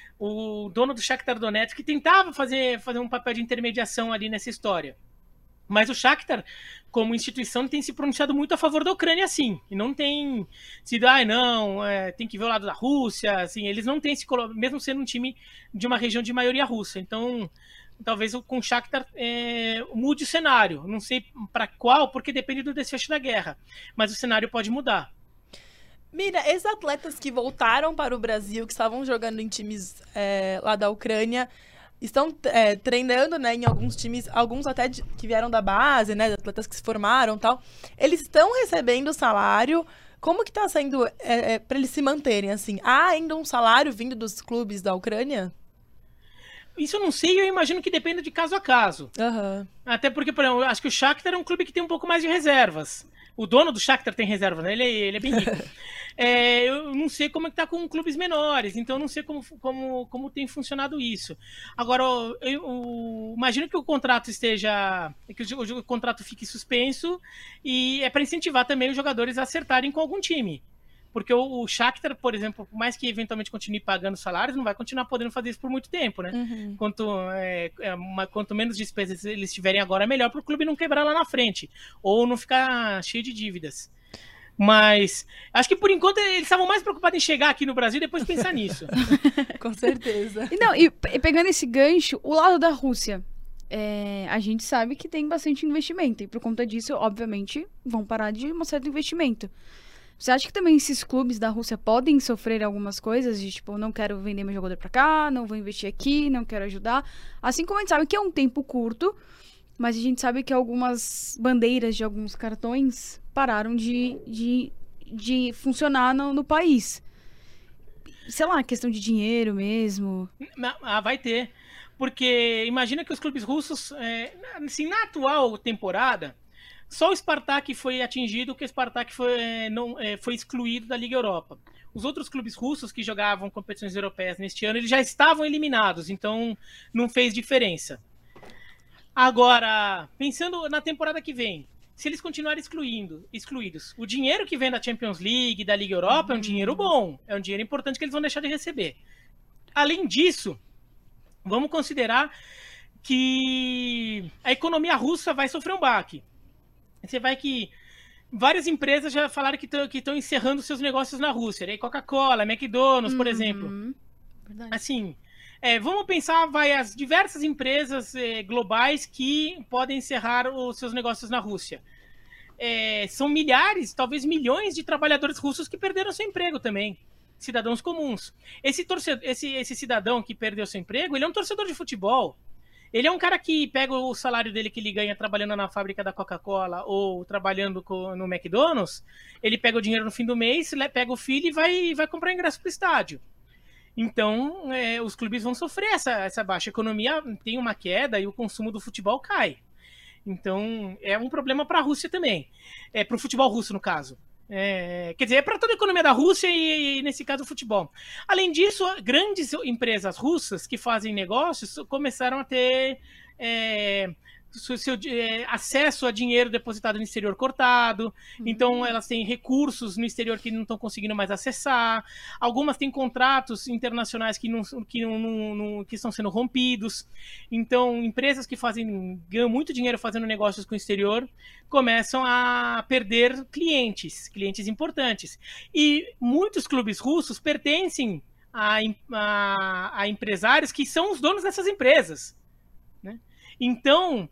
O dono do Shakhtar Donetsk tentava fazer, fazer um papel de intermediação ali nessa história. Mas o Shakhtar, como instituição, tem se pronunciado muito a favor da Ucrânia, sim. E não tem sido, ah, não, é, tem que ver o lado da Rússia, assim, eles não têm se colocado, mesmo sendo um time de uma região de maioria russa. Então, talvez com o Shakhtar é, mude o cenário. Não sei para qual, porque depende do desfecho da guerra. Mas o cenário pode mudar. Mira, esses atletas que voltaram para o Brasil, que estavam jogando em times é, lá da Ucrânia, estão é, treinando, né, em alguns times, alguns até de, que vieram da base, né, atletas que se formaram e tal. Eles estão recebendo salário. Como que tá sendo é, é, para eles se manterem, assim? Há ainda um salário vindo dos clubes da Ucrânia? Isso eu não sei, eu imagino que dependa de caso a caso. Aham. Até porque, por exemplo, eu acho que o Shakhtar é um clube que tem um pouco mais de reservas. O dono do Shakhtar tem reservas, né? Ele, é- ele é bem rico. É, eu não sei como é que tá com clubes menores, então eu não sei como, como, como tem funcionado isso. Agora, eu, eu imagino que o contrato esteja... que o, o, o contrato fique suspenso e é para incentivar também os jogadores a acertarem com algum time. Porque o, o Shakhtar, por exemplo, por mais que eventualmente continue pagando salários, não vai continuar podendo fazer isso por muito tempo, né? Uhum. Quanto, é, é, uma, quanto menos despesas eles tiverem agora, melhor para o clube não quebrar lá na frente. Ou não ficar cheio de dívidas. Mas acho que por enquanto eles estavam mais preocupados em chegar aqui no Brasil e depois pensar nisso. Com certeza. E não, e, e pegando esse gancho, o lado da Rússia. é, a gente sabe que tem bastante investimento. E por conta disso, obviamente, vão parar de um certo investimento. Você acha que também esses clubes da Rússia podem sofrer algumas coisas de, tipo, não quero vender meu jogador pra cá, não vou investir aqui, não quero ajudar? Assim como a gente sabe que é um tempo curto, mas a gente sabe que algumas bandeiras de alguns cartões pararam de, de, de funcionar no, no país. Sei lá, questão de dinheiro mesmo. Ah, vai ter. Porque imagina que os clubes russos, é, assim, na atual temporada, só o Spartak foi atingido, que o Spartak foi, é, não, é, foi excluído da Liga Europa. Os outros clubes russos que jogavam competições europeias neste ano, eles já estavam eliminados, então não fez diferença. Agora, pensando na temporada que vem, se eles continuarem excluindo, excluídos, o dinheiro que vem da Champions League, da Liga Europa, é um dinheiro bom, é um dinheiro importante que eles vão deixar de receber. Além disso, vamos considerar que a economia russa vai sofrer um baque. Você vai que várias empresas já falaram que estão encerrando seus negócios na Rússia, né? Coca-Cola, McDonald's, por Uhum. exemplo. Verdade. Assim, é, vamos pensar, vai, as diversas empresas é, globais que podem encerrar os seus negócios na Rússia. É, são milhares, talvez milhões de trabalhadores russos que perderam seu emprego também. Cidadãos comuns. Esse, torcedor, esse, esse cidadão que perdeu seu emprego, ele é um torcedor de futebol. Ele é um cara que pega o salário dele que ele ganha trabalhando na fábrica da Coca-Cola ou trabalhando no McDonald's, ele pega o dinheiro no fim do mês, pega o filho e vai, vai comprar ingresso para o estádio. Então, é, os clubes vão sofrer essa, essa baixa. A economia tem uma queda e o consumo do futebol cai. Então, é um problema para a Rússia também. É para o futebol russo, no caso. É, quer dizer, é para toda a economia da Rússia e, e, nesse caso, o futebol. Além disso, grandes empresas russas que fazem negócios começaram a ter é, seu, seu é, acesso a dinheiro depositado no exterior cortado. Uhum. Então, elas têm recursos no exterior que não estão conseguindo mais acessar. Algumas têm contratos internacionais que, não, que, não, não, não, que estão sendo rompidos. Então, empresas que fazem, ganham muito dinheiro fazendo negócios com o exterior começam a perder clientes, clientes importantes. E muitos clubes russos pertencem a, a, a empresários que são os donos dessas empresas, né? Então,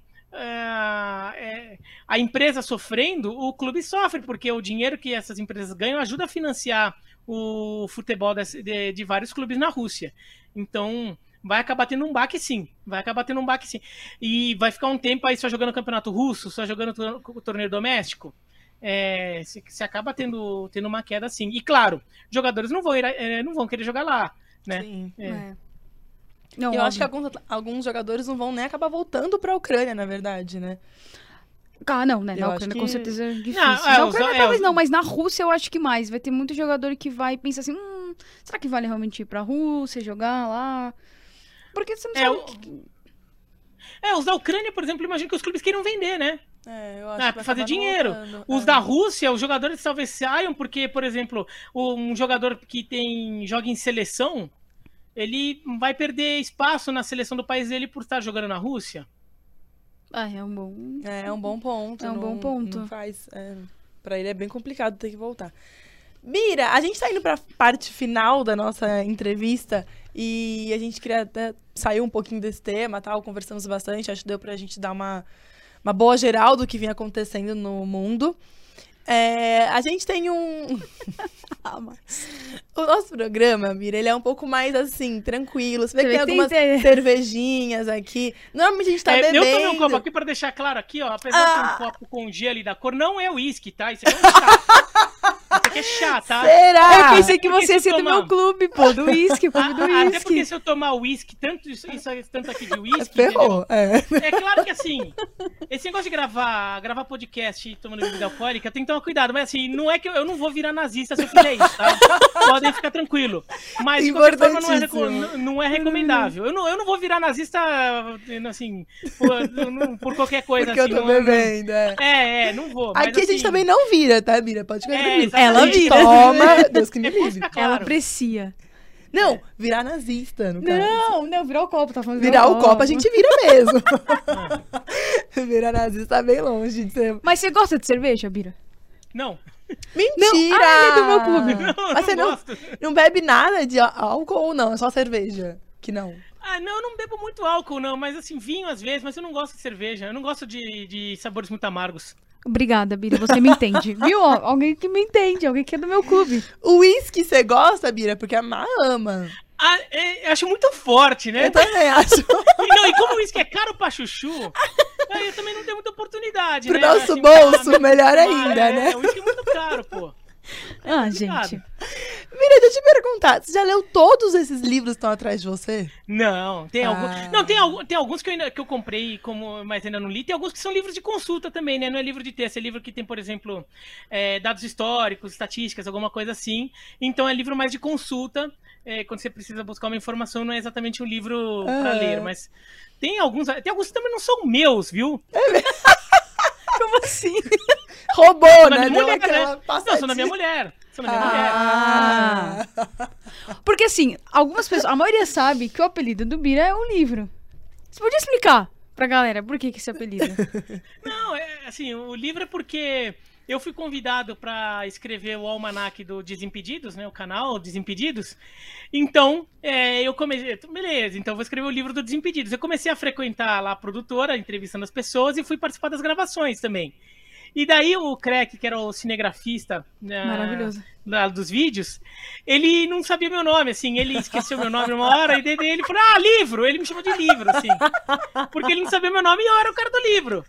é, a empresa sofrendo, o clube sofre, porque o dinheiro que essas empresas ganham ajuda a financiar o futebol de, de, de vários clubes na Rússia. Então, vai acabar tendo um baque sim. Vai acabar tendo um baque sim. E vai ficar um tempo aí só jogando campeonato russo, só jogando o torneio doméstico. É, se, se acaba tendo, tendo uma queda sim. E claro, jogadores não vão, ir, é, não vão querer jogar lá, né? Sim. É. É. Não, eu óbvio. acho que alguns, alguns jogadores não vão nem acabar voltando pra Ucrânia, na verdade, né? Ah, não, né? Eu Na acho Ucrânia que- com certeza é difícil. Não, é, na os- Ucrânia é, talvez os- não, mas na Rússia eu acho que mais. Vai ter muito jogador que vai pensar assim, hum, será que vale realmente ir pra Rússia, jogar lá? Porque você não É, sabe... o- que- É, os da Ucrânia, por exemplo, imagino que os clubes queiram vender, né? É, eu acho Ah, que pra vai fazer acabar dinheiro. voltando. Os É. da Rússia, os jogadores talvez saiam, porque, por exemplo, um jogador que tem joga em seleção, ele vai perder espaço na seleção do país dele por estar jogando na Rússia. Ah, é um bom... É, é um bom ponto. É um não- bom ponto. Não faz, é, pra ele é bem complicado ter que voltar. Mira, a gente tá indo pra parte final da nossa entrevista e a gente queria até sair um pouquinho desse tema, tal, conversamos bastante, acho que deu pra gente dar uma, uma boa geral do que vinha acontecendo no mundo. É, a gente tem um... Ah, mas- O nosso programa, Mira, ele é um pouco mais assim, tranquilo. Você vê Você que tem vê que tem algumas inter- cervejinhas aqui. Normalmente a gente tá É, bebendo. eu tomei um copo aqui pra deixar claro aqui, ó. Apesar de Ah. ter um copo com gelo e da cor, não é uísque, tá? Isso aqui é um chá. Isso aqui é chá, tá? Será? Eu pensei que porque você ia se ser do tomar- meu clube, pô, do uísque, clube do A- Até porque uísque. se eu tomar uísque, tanto isso, isso, tanto aqui de uísque, Ferrou, é. é claro que assim, esse negócio de gravar, gravar podcast e tomando bebida alcoólica, tem que tomar cuidado. Mas assim, não é que eu, eu não vou virar nazista se eu fizer isso, tá? Podem ficar tranquilo. Mas de qualquer forma não é, reco- Importantíssimo. não é recomendável. Eu não, eu não vou virar nazista, assim, por, não- por qualquer coisa Porque eu assim. tô não- bebendo, é. não- É, é, não vou. mas, Aqui a gente assim, também não vira, tá, Mira? Pode ficar É, tranquilo. exatamente. Ela A gente vira. Toma, Deus que me É bom livre. ficar Ela claro. aprecia. Não, virar nazista, no caso. Não, não, virar o copo, tá falando Virar o copo a gente vira mesmo. Virar nazista tá bem longe de ser... Mas você gosta de cerveja, Bira? Não, Mentira! Ah, ele é do meu clube. não, Mas você não não, gosto. não bebe nada de á- álcool ou não? É só cerveja? Que não. Ah, não, eu não bebo muito álcool, não, mas assim, vinho às vezes, mas eu não gosto de cerveja. Eu não gosto de, de sabores muito amargos. Obrigada, Bira, você me entende. Viu? Ó, alguém que me entende, alguém que é do meu clube. O uísque você gosta, Bira? Porque a Má ama. Ah, é, eu acho muito forte, né? Eu também acho. E, não, e como isso que é caro pra chuchu, aí eu também não tenho muita oportunidade, Pro né? nosso Assim, bolso, pra- melhor Ah, ainda, é, né? O uísque é muito caro, pô. Ah, complicado. gente. Mira, deixa eu te perguntar. Você já leu todos esses livros que estão atrás de você? Não, tem Ah. alguns. Não, tem, algum, tem alguns que eu, ainda, que eu comprei, como, mas ainda não li. Tem alguns que são livros de consulta também, né? Não é livro de texto, é livro que tem, por exemplo, é, dados históricos, estatísticas, alguma coisa assim. Então é livro mais de consulta. É, quando você precisa buscar uma informação, não é exatamente um livro para Ah. ler, mas tem alguns. Tem alguns que também não são meus, viu? Como assim? Roubou, São da né? minha Deu mulher, aquela né? passadinha. Não, são da minha mulher. São da minha mulher. Ah. Porque assim, algumas pessoas, a maioria sabe que o apelido do Bira é um livro. Você podia explicar pra galera por que que esse apelido? Não, é assim, o livro é porque eu fui convidado para escrever o almanaque do Desimpedidos, né, o canal Desimpedidos. Então, é, eu comecei, beleza, então eu vou escrever o livro do Desimpedidos. Eu comecei a frequentar lá a produtora, entrevistando as pessoas e fui participar das gravações também. E daí o Crack, que era o cinegrafista, né, Maravilhoso. lá dos vídeos, ele não sabia meu nome, assim, ele esqueceu meu nome uma hora, e daí ele falou, ah, livro! Ele me chamou de livro, assim. Porque ele não sabia meu nome e eu era o cara do livro.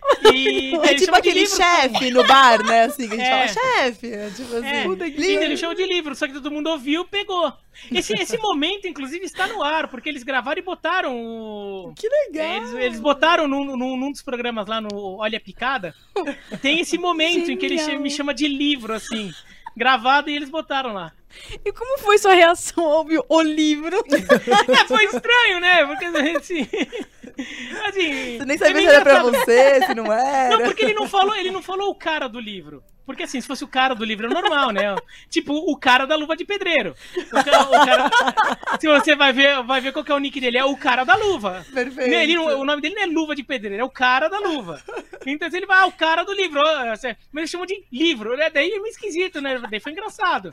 E daí É ele tipo chamou de aquele livro, chefe no bar, né? Assim, que a gente É. fala, chefe. É tipo assim, É, puta, e que daí ele livro. chamou de livro, só que todo mundo ouviu, pegou. Esse, esse momento, inclusive, está no ar, porque eles gravaram e botaram o... Que legal. É, Eles, eles botaram num, num, num dos programas lá no Olha a Picada, tem esse momento em que ele Genial. che- me chama de livro, assim, gravado, e eles botaram lá. E como foi sua reação ao ouvir o livro? É, foi estranho, né? Porque assim. assim Você nem é sabia meio se era pra engraçado. você, se não era. Não, porque ele não falou, ele não falou o cara do livro. Porque assim, se fosse o cara do livro é normal, né? Tipo, o cara da luva de pedreiro. O cara, o cara- se você vai ver, vai ver qual que é o nick dele, é o cara da luva. Perfeito. Né, ele não- o nome dele não é luva de pedreiro, é o cara da luva. Então ele vai, ah, o cara do livro. ó, Mas ele chamou de livro, né? Daí é meio esquisito, né? Daí foi engraçado.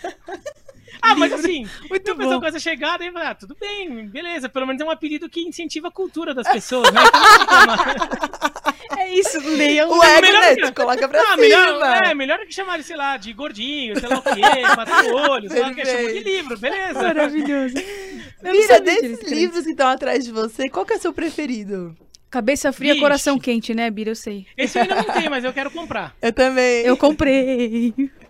Ah, mas assim, Muito a pessoa bom. com essa chegada e fala, ah, tudo bem, beleza, pelo menos é um apelido que incentiva a cultura das pessoas, né? Então, não tem problema. É isso, leia O ego, melhor né? que- Te coloca pra Ah, cima. melhor, é, melhor que chamar, sei lá, de gordinho, sei lá o quê, quatro olhos, sei lá o que, chamou de Perfeito. livro, beleza. Maravilhoso. Eu não Mira, sabia que ele desses escrevia. livros que estão atrás de você, qual que é o seu preferido? Cabeça fria, Vixe. coração quente, né, Bira? Eu sei. Esse eu ainda não tenho, mas eu quero comprar. Eu também. Eu comprei.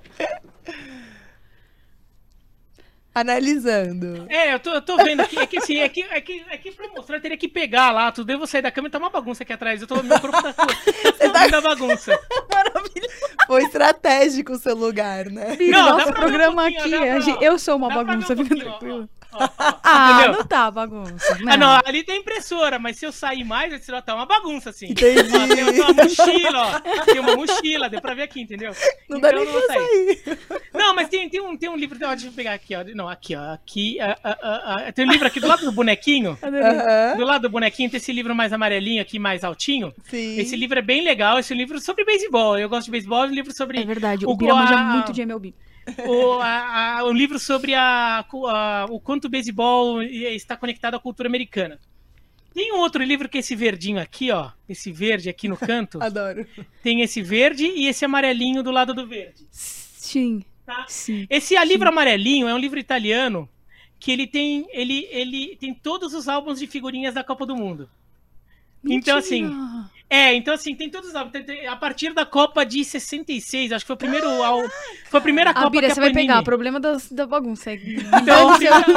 Analisando. É, eu tô, eu tô vendo aqui, é que assim, é que, é que, é que pra mostrar, eu teria que pegar lá, tudo, eu vou sair da câmera, tá uma bagunça aqui atrás, eu tô, meu corpo tá, tá fugindo da bagunça. Foi estratégico o seu lugar, né? Bira, Não, dá nosso pra ver um programa pouquinho, aqui, dá pra- a gente- eu sou uma Dá pra ver um bagunça, fica pouquinho, ó, tranquilo. ó, ó, ó, Ah, entendeu? não tá bagunça. Ah, não, ali tem impressora, mas se eu sair mais, vai ser tá uma bagunça, assim. Entendi. Ó, tem, tem uma mochila, ó. Tem uma mochila, deu pra ver aqui, entendeu? Não dá Então, nem eu pra vou sair. sair. Não, mas tem, tem, um, tem um livro, ó, deixa eu pegar aqui, ó. Não, aqui, ó. Aqui, ah, ah, ah, ah, tem um livro aqui do lado do bonequinho. Aham. Do lado do bonequinho tem esse livro mais amarelinho aqui, mais altinho. Sim. Esse livro é bem legal, esse livro é sobre beisebol. Eu gosto de beisebol, é um livro sobre... É verdade, o, o, Bira manja a- muito de M L B. o, a, a, um livro sobre a, a- o quanto o beisebol está conectado à cultura americana. Tem um outro livro que é esse verdinho aqui, ó. Esse verde aqui no canto. Adoro. Tem esse verde e esse amarelinho do lado do verde. Sim, Tá? sim. Esse a livro amarelinho é um livro italiano que ele tem, ele, ele tem todos os álbuns de figurinhas da Copa do Mundo. Então, assim, Mentira. É, então assim, tem todos os álbuns. Tem- tem- A partir da Copa de sessenta e seis, acho que foi o primeiro álbum. Foi a primeira Copa Ah, Bira, que a você vai Panini... pegar o problema das, da bagunça. Então, a primeira,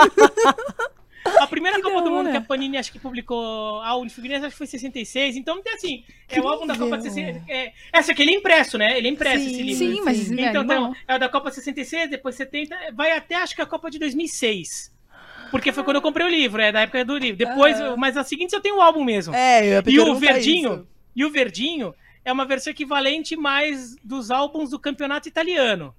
a primeira Que Copa da do Mundo hora. que a Panini acho que publicou álbum de figurinhas, acho que foi sessenta e seis. Então, tem assim, é o álbum da Copa de sessenta e seis. É, essa aqui ele é impresso, né? Ele é impresso Sim, esse livro. Sim, mas Sim. é Então, animal. tem, é o da Copa sessenta e seis, depois setenta, vai até acho que a Copa de dois mil e seis. Porque foi quando eu comprei o livro, é da época do livro. Depois, Aham. mas a seguinte eu tenho o álbum mesmo. É, eu ia E o perguntar verdinho, isso. e o verdinho é uma versão equivalente mais dos álbuns do campeonato italiano.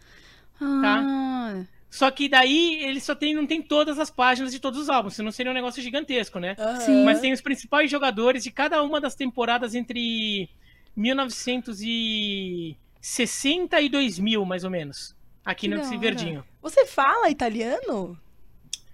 Ah, Só que daí ele só tem, não tem todas as páginas de todos os álbuns, senão seria um negócio gigantesco, né? Aham. Sim. Mas tem os principais jogadores de cada uma das temporadas entre mil novecentos e sessenta e dois mil, mais ou menos. Aqui Que no da esse hora. verdinho. Você fala italiano?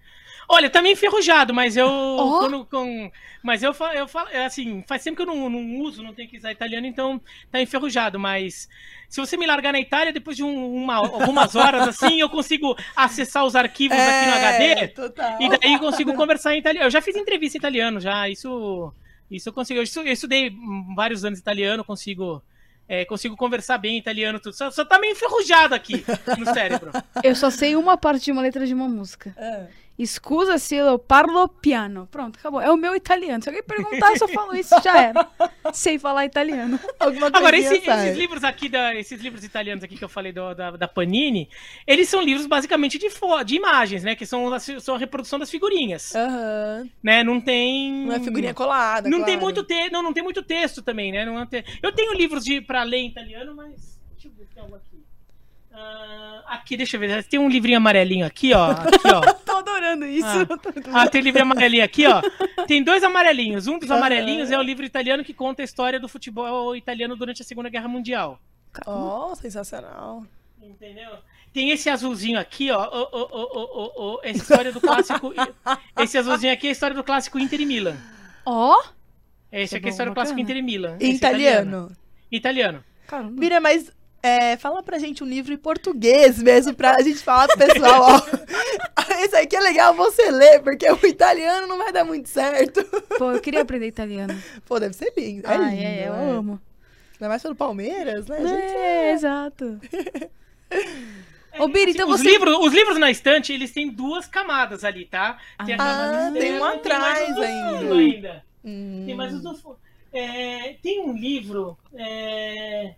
Olha, tá meio enferrujado, mas eu. Oh. Quando, com, mas eu falo, eu falo, assim, faz tempo que eu não, não uso, não tenho que usar italiano, então tá enferrujado. Mas se você me largar na Itália, depois de um, uma, algumas horas, assim, eu consigo acessar os arquivos É, aqui no H D. Total. E daí eu consigo conversar em italiano. Eu já fiz entrevista em italiano, já. Isso, isso eu consigo. Eu estudei vários anos italiano, consigo. É, consigo conversar bem italiano, tudo. Só, só tá meio enferrujado aqui no cérebro. Eu só sei uma parte de uma letra de uma música. É. Scusa se eu parlo piano. Pronto, acabou. É o meu italiano. Se alguém perguntar, eu só falo isso, já era. Sei falar italiano. Alguma Agora, coisinha esse- sai. esses livros aqui, da, esses livros italianos aqui que eu falei do- da, da Panini, eles são livros basicamente de, fo- de imagens, né? Que são, as- são a reprodução das figurinhas. Aham. Né? Não tem. Não é figurinha colada, Não claro. tem muito te... não, não tem muito texto também, né? Não é te- Eu tenho livros de para ler em italiano, mas deixa eu ver se tem algo aqui. Ah, aqui, deixa eu ver. Tem um livrinho amarelinho aqui, ó. Aqui, ó. Tô adorando isso. Ah, tem livro amarelinho aqui, ó. Tem dois amarelinhos. Um dos Aham. amarelinhos é o livro italiano que conta a história do futebol italiano durante a Segunda Guerra Mundial. Ó, sensacional. Entendeu? Tem esse azulzinho aqui, ó. Ó, ó, ó, ó, ó, ó, essa história do clássico. Esse azulzinho aqui é a história do clássico Inter e Milan. Ó. Esse Tá aqui é a bom, história do clássico bacana. Inter e Milan. Em Esse é italiano. Italiano. Caramba. Mira, mas é, fala pra gente um livro em português mesmo, pra gente falar pro pessoal, ó. Esse aqui é legal você ler, porque o italiano não vai dar muito certo. Pô, eu queria aprender italiano. Pô, deve ser lindo. É ah, lindo, é, eu né? amo. Ainda mais pelo Palmeiras, né, gente? É, exato. Ô, Bira, então os, você... livros, os livros na estante, eles têm duas camadas ali, tá? Tem a Ah, camada tem externa um e tem mais atrás os do ainda. fundo ainda. Hum. Tem mais os do fundo. É, tem um livro. É...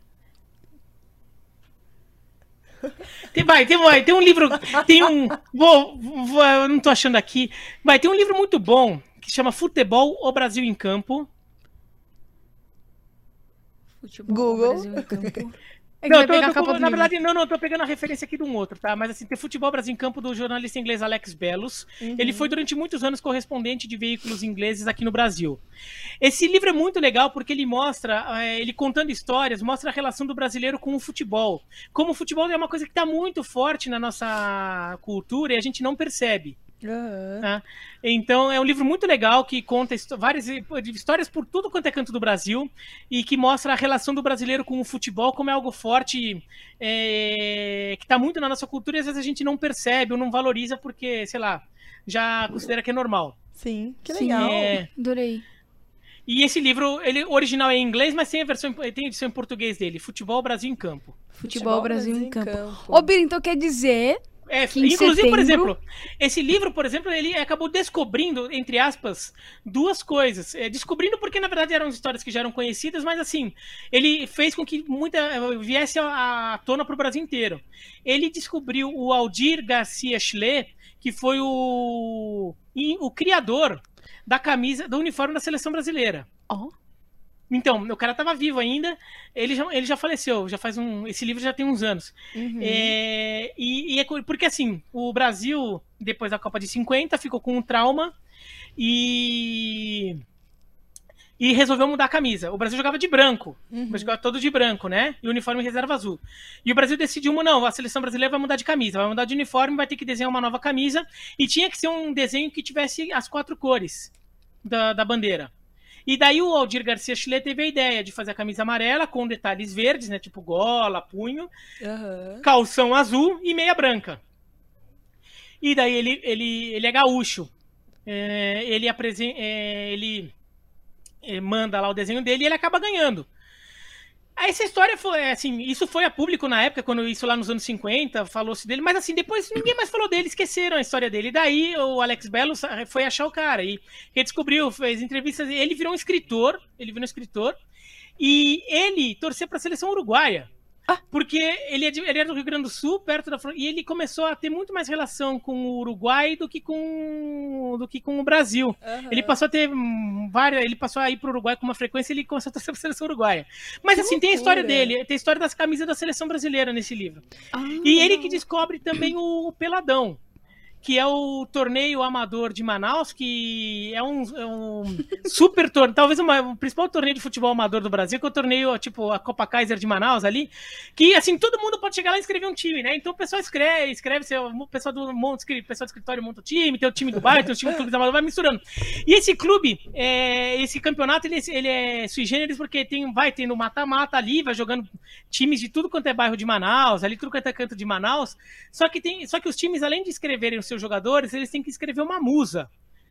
Tem, vai, tem, vai, tem um livro. Tem um. Vou, vou, eu não tô achando aqui. Vai, tem um livro muito bom que chama Futebol, o Brasil em Campo. Futebol, Google. Brasil em campo. É que Não, vai eu tô, pegar eu a tô capa com- do na livro. verdade, não, não, eu tô pegando a referência aqui de um outro, tá? Mas assim, tem Futebol Brasil em Campo do jornalista inglês Alex Bellos. Uhum. Ele foi durante muitos anos correspondente de veículos ingleses aqui no Brasil. Esse livro é muito legal porque ele mostra, é, ele contando histórias, mostra a relação do brasileiro com o futebol. Como o futebol é uma coisa que está muito forte na nossa cultura e a gente não percebe. Aham. Tá? Então é um livro muito legal que conta histó- várias hi- histórias por tudo quanto é canto do Brasil e que mostra a relação do brasileiro com o futebol como é algo forte, é, que está muito na nossa cultura e às vezes a gente não percebe ou não valoriza porque, sei lá, já considera que é normal. Sim, que Sim, legal. É, Adorei. e esse livro, ele o original é em inglês, mas tem a versão em- tem a edição em português dele, Futebol Brasil em Campo. Futebol, Brasil em campo. Ô, Bira, então quer dizer... É, Que em inclusive, por setembro- exemplo, esse livro, por exemplo, ele acabou descobrindo, entre aspas, duas coisas. É, descobrindo porque, na verdade, eram histórias que já eram conhecidas, mas, assim, ele fez com que muita viesse à à tona para o Brasil inteiro. Ele descobriu o Aldir Garcia Schlee, que foi o, e- o criador da camisa, do uniforme da seleção brasileira. Ó. Então, o cara estava vivo ainda, ele já, ele já faleceu, já faz um. Esse livro já tem uns anos. Uhum. É, e, e é cu- porque assim, o Brasil, depois da Copa de cinquenta, ficou com um trauma e. E resolveu mudar a camisa. O Brasil jogava de branco. Uhum. O Brasil jogava todo de branco, né? E o uniforme reserva azul. E o Brasil decidiu, não, a seleção brasileira vai mudar de camisa, vai mudar de uniforme, vai ter que desenhar uma nova camisa. E tinha que ser um desenho que tivesse as quatro cores da, da bandeira. E daí o Aldir Garcia Schlee teve a ideia de fazer a camisa amarela com detalhes verdes, né? Tipo gola, punho, Aham. calção azul e meia branca. E daí ele, ele, ele é gaúcho. É, ele apresen- é, ele é, manda lá o desenho dele e ele acaba ganhando. Aí essa história foi, assim, isso foi a público na época, quando isso lá nos anos cinquenta, falou-se dele, mas assim, depois ninguém mais falou dele, esqueceram a história dele. E daí o Alex Bellos foi achar o cara e redescobriu, fez entrevistas, ele virou um escritor, ele virou um escritor, e ele torcia para a seleção uruguaia. Porque ele, é de- ele era do Rio Grande do Sul, perto da fronteira, e ele começou a ter muito mais relação com o Uruguai do que com, do que com o Brasil. Aham. Ele passou a ter hum, várias. Ele passou a ir pro Uruguai com uma frequência e ele começou a torcer pra seleção uruguaia. Mas Que assim, tem a história loucura. dele, tem a história das camisas da seleção brasileira nesse livro. Ah, E ele que descobre também o Peladão. que é o torneio amador de Manaus, que é um, é um super torneio, talvez uma, o principal torneio de futebol amador do Brasil, que é o torneio, tipo, a Copa Kaiser de Manaus ali, que, assim, todo mundo pode chegar lá e escrever um time, né? Então o pessoal escreve, escreve, o pessoal do, monta, o pessoal do escritório monta o time, tem o time do bairro, tem o time do clube do amador, vai misturando. E esse clube, é, esse campeonato, ele, ele é sui generis porque tem, vai tendo mata-mata ali, vai jogando times de tudo quanto é bairro de Manaus, ali tudo quanto é canto de Manaus, só que, tem, só que os times, além de escreverem os seus jogadores, eles têm que escrever uma musa.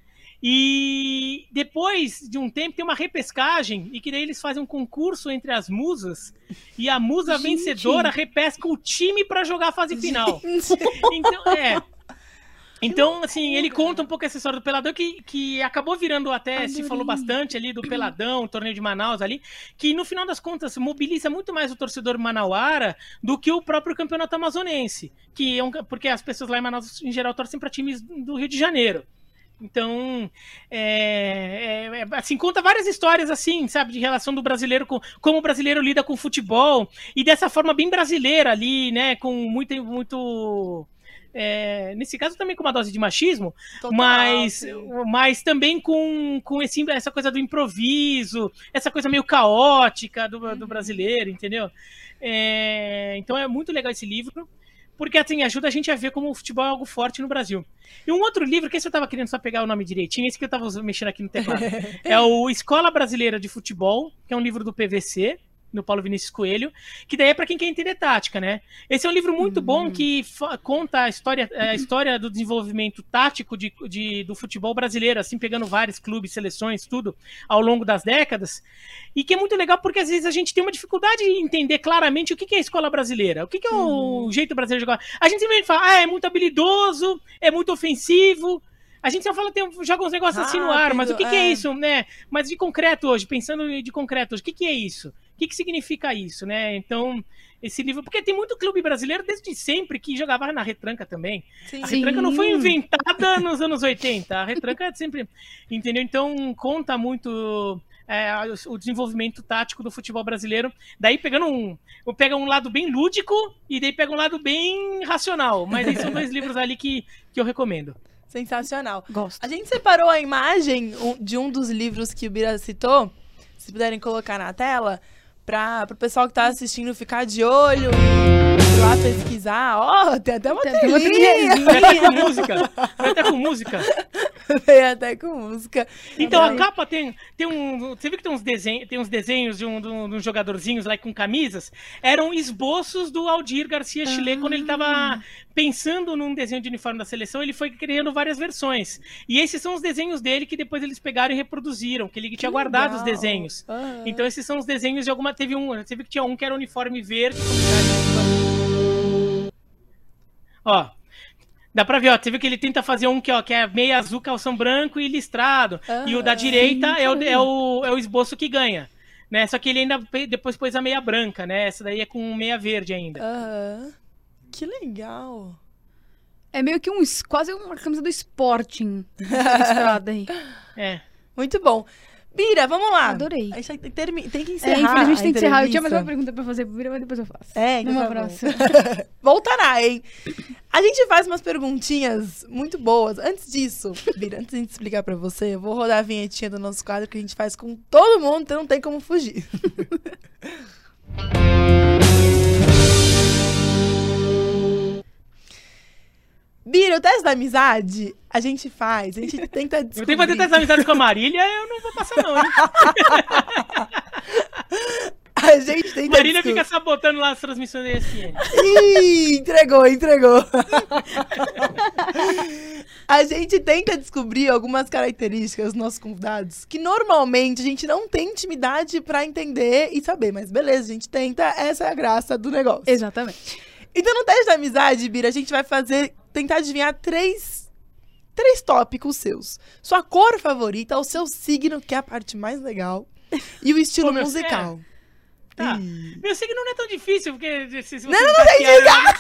E depois de um tempo tem uma repescagem, e que daí eles fazem um concurso entre as musas, e a musa Gente. vencedora repesca o time para jogar a fase final. Então, é... Então, assim, ele conta um pouco essa história do Peladão, que, que acabou virando até, Adorei. se falou bastante ali do Peladão, o torneio de Manaus ali, que no final das contas mobiliza muito mais o torcedor manauara do que o próprio campeonato amazonense, que é um, porque as pessoas lá em Manaus, em geral, torcem para times do Rio de Janeiro. Então, é, é, assim, conta várias histórias, assim, sabe, de relação do brasileiro com como o brasileiro lida com o futebol, e dessa forma bem brasileira ali, né, com muito... muito É, nesse caso também com uma dose de machismo, Total, mas, mas também com, com esse, essa coisa do improviso, essa coisa meio caótica do, do brasileiro, entendeu? É, então é muito legal esse livro, porque assim, ajuda a gente a ver como o futebol é algo forte no Brasil. E um outro livro, que esse eu tava querendo só pegar o nome direitinho, esse que eu tava mexendo aqui no teclado, é o Escola Brasileira de Futebol, que é um livro do P V C, no Paulo Vinícius Coelho, que daí é para quem quer entender tática, né? Esse é um livro muito uhum. bom que conta a história, a história do desenvolvimento tático de, de, do futebol brasileiro, assim, pegando vários clubes, seleções, tudo, ao longo das décadas, e que é muito legal porque às vezes a gente tem uma dificuldade em entender claramente o que é a escola brasileira, o que é o uhum. jeito brasileiro de jogar. A gente simplesmente fala, ah, é muito habilidoso, é muito ofensivo. A gente só fala, tem, joga uns negócios ah, assim no ar, mas o que, é. que é isso, né? Mas de concreto hoje, pensando de concreto hoje, o que, que é isso? O que, que significa isso, né? Então, esse livro... Porque tem muito clube brasileiro desde sempre que jogava na retranca também. Sim. A retranca não foi inventada nos anos oitenta. A retranca é sempre... Entendeu? Então, conta muito é, o desenvolvimento tático do futebol brasileiro. Daí, pegando um... Pega um lado bem lúdico e daí pega um lado bem racional. Mas aí são dois livros ali que, que eu recomendo. Sensacional. Gosto. A gente separou a imagem de um dos livros que o Bira citou. Se puderem colocar na tela... Para o pessoal que tá assistindo ficar de olho e ir lá pesquisar. Ó, oh, tem até uma trilhinha. Tem até com música. Tem até com música. Tem até com música. Então, a capa tem, tem um... Você viu que tem uns desenhos, tem uns desenhos de, um, de, um, de uns jogadorzinhos lá com camisas? Eram esboços do Aldir Garcia Chile, ah. quando ele tava pensando num desenho de uniforme da seleção, ele foi criando várias versões. E esses são os desenhos dele que depois eles pegaram e reproduziram, que ele que tinha legal. guardado os desenhos. Ah. Então, esses são os desenhos de alguma... Teve um... Você viu que tinha um que era uniforme verde. Ó... Dá pra ver, ó, você viu que ele tenta fazer um que, ó, que é meia azul, calção branco e listrado. Ah, e o da direita sim, é, o, é, o, é o esboço que ganha, né? Só que ele ainda depois pôs a meia branca, né? Essa daí é com meia verde ainda. Aham. Que legal. É meio que um, quase uma camisa do Sporting. Listrada aí. É. Muito bom. Bira, vamos lá. Adorei. A gente tem, tem que encerrar. É, infelizmente tem que encerrar. Eu tinha mais uma pergunta pra fazer pro Bira, mas depois eu faço. É, então Numa próxima. Voltará, hein? A gente faz umas perguntinhas muito boas. Antes disso, Bira, antes de a gente explicar pra você, eu vou rodar a vinhetinha do nosso quadro que a gente faz com todo mundo, então não tem como fugir. Bira, o teste da amizade, a gente faz, a gente tenta descobrir... Eu tenho que fazer teste da amizade com a Marília, eu não vou passar não, hein? A gente tenta Marília descobrir... fica sabotando lá as transmissões da E S P N. Ih, entregou, entregou. A gente tenta descobrir algumas características dos nossos convidados que normalmente a gente não tem intimidade pra entender e saber, mas beleza, a gente tenta, essa é a graça do negócio. Exatamente. Então, no teste da amizade, Bira, a gente vai fazer, tentar adivinhar três, três tópicos seus. Sua cor favorita, o seu signo, que é a parte mais legal, e o estilo Pô, musical. É. Tá. Ih. Meu signo não é tão difícil, porque... Se, se você não, não, não tem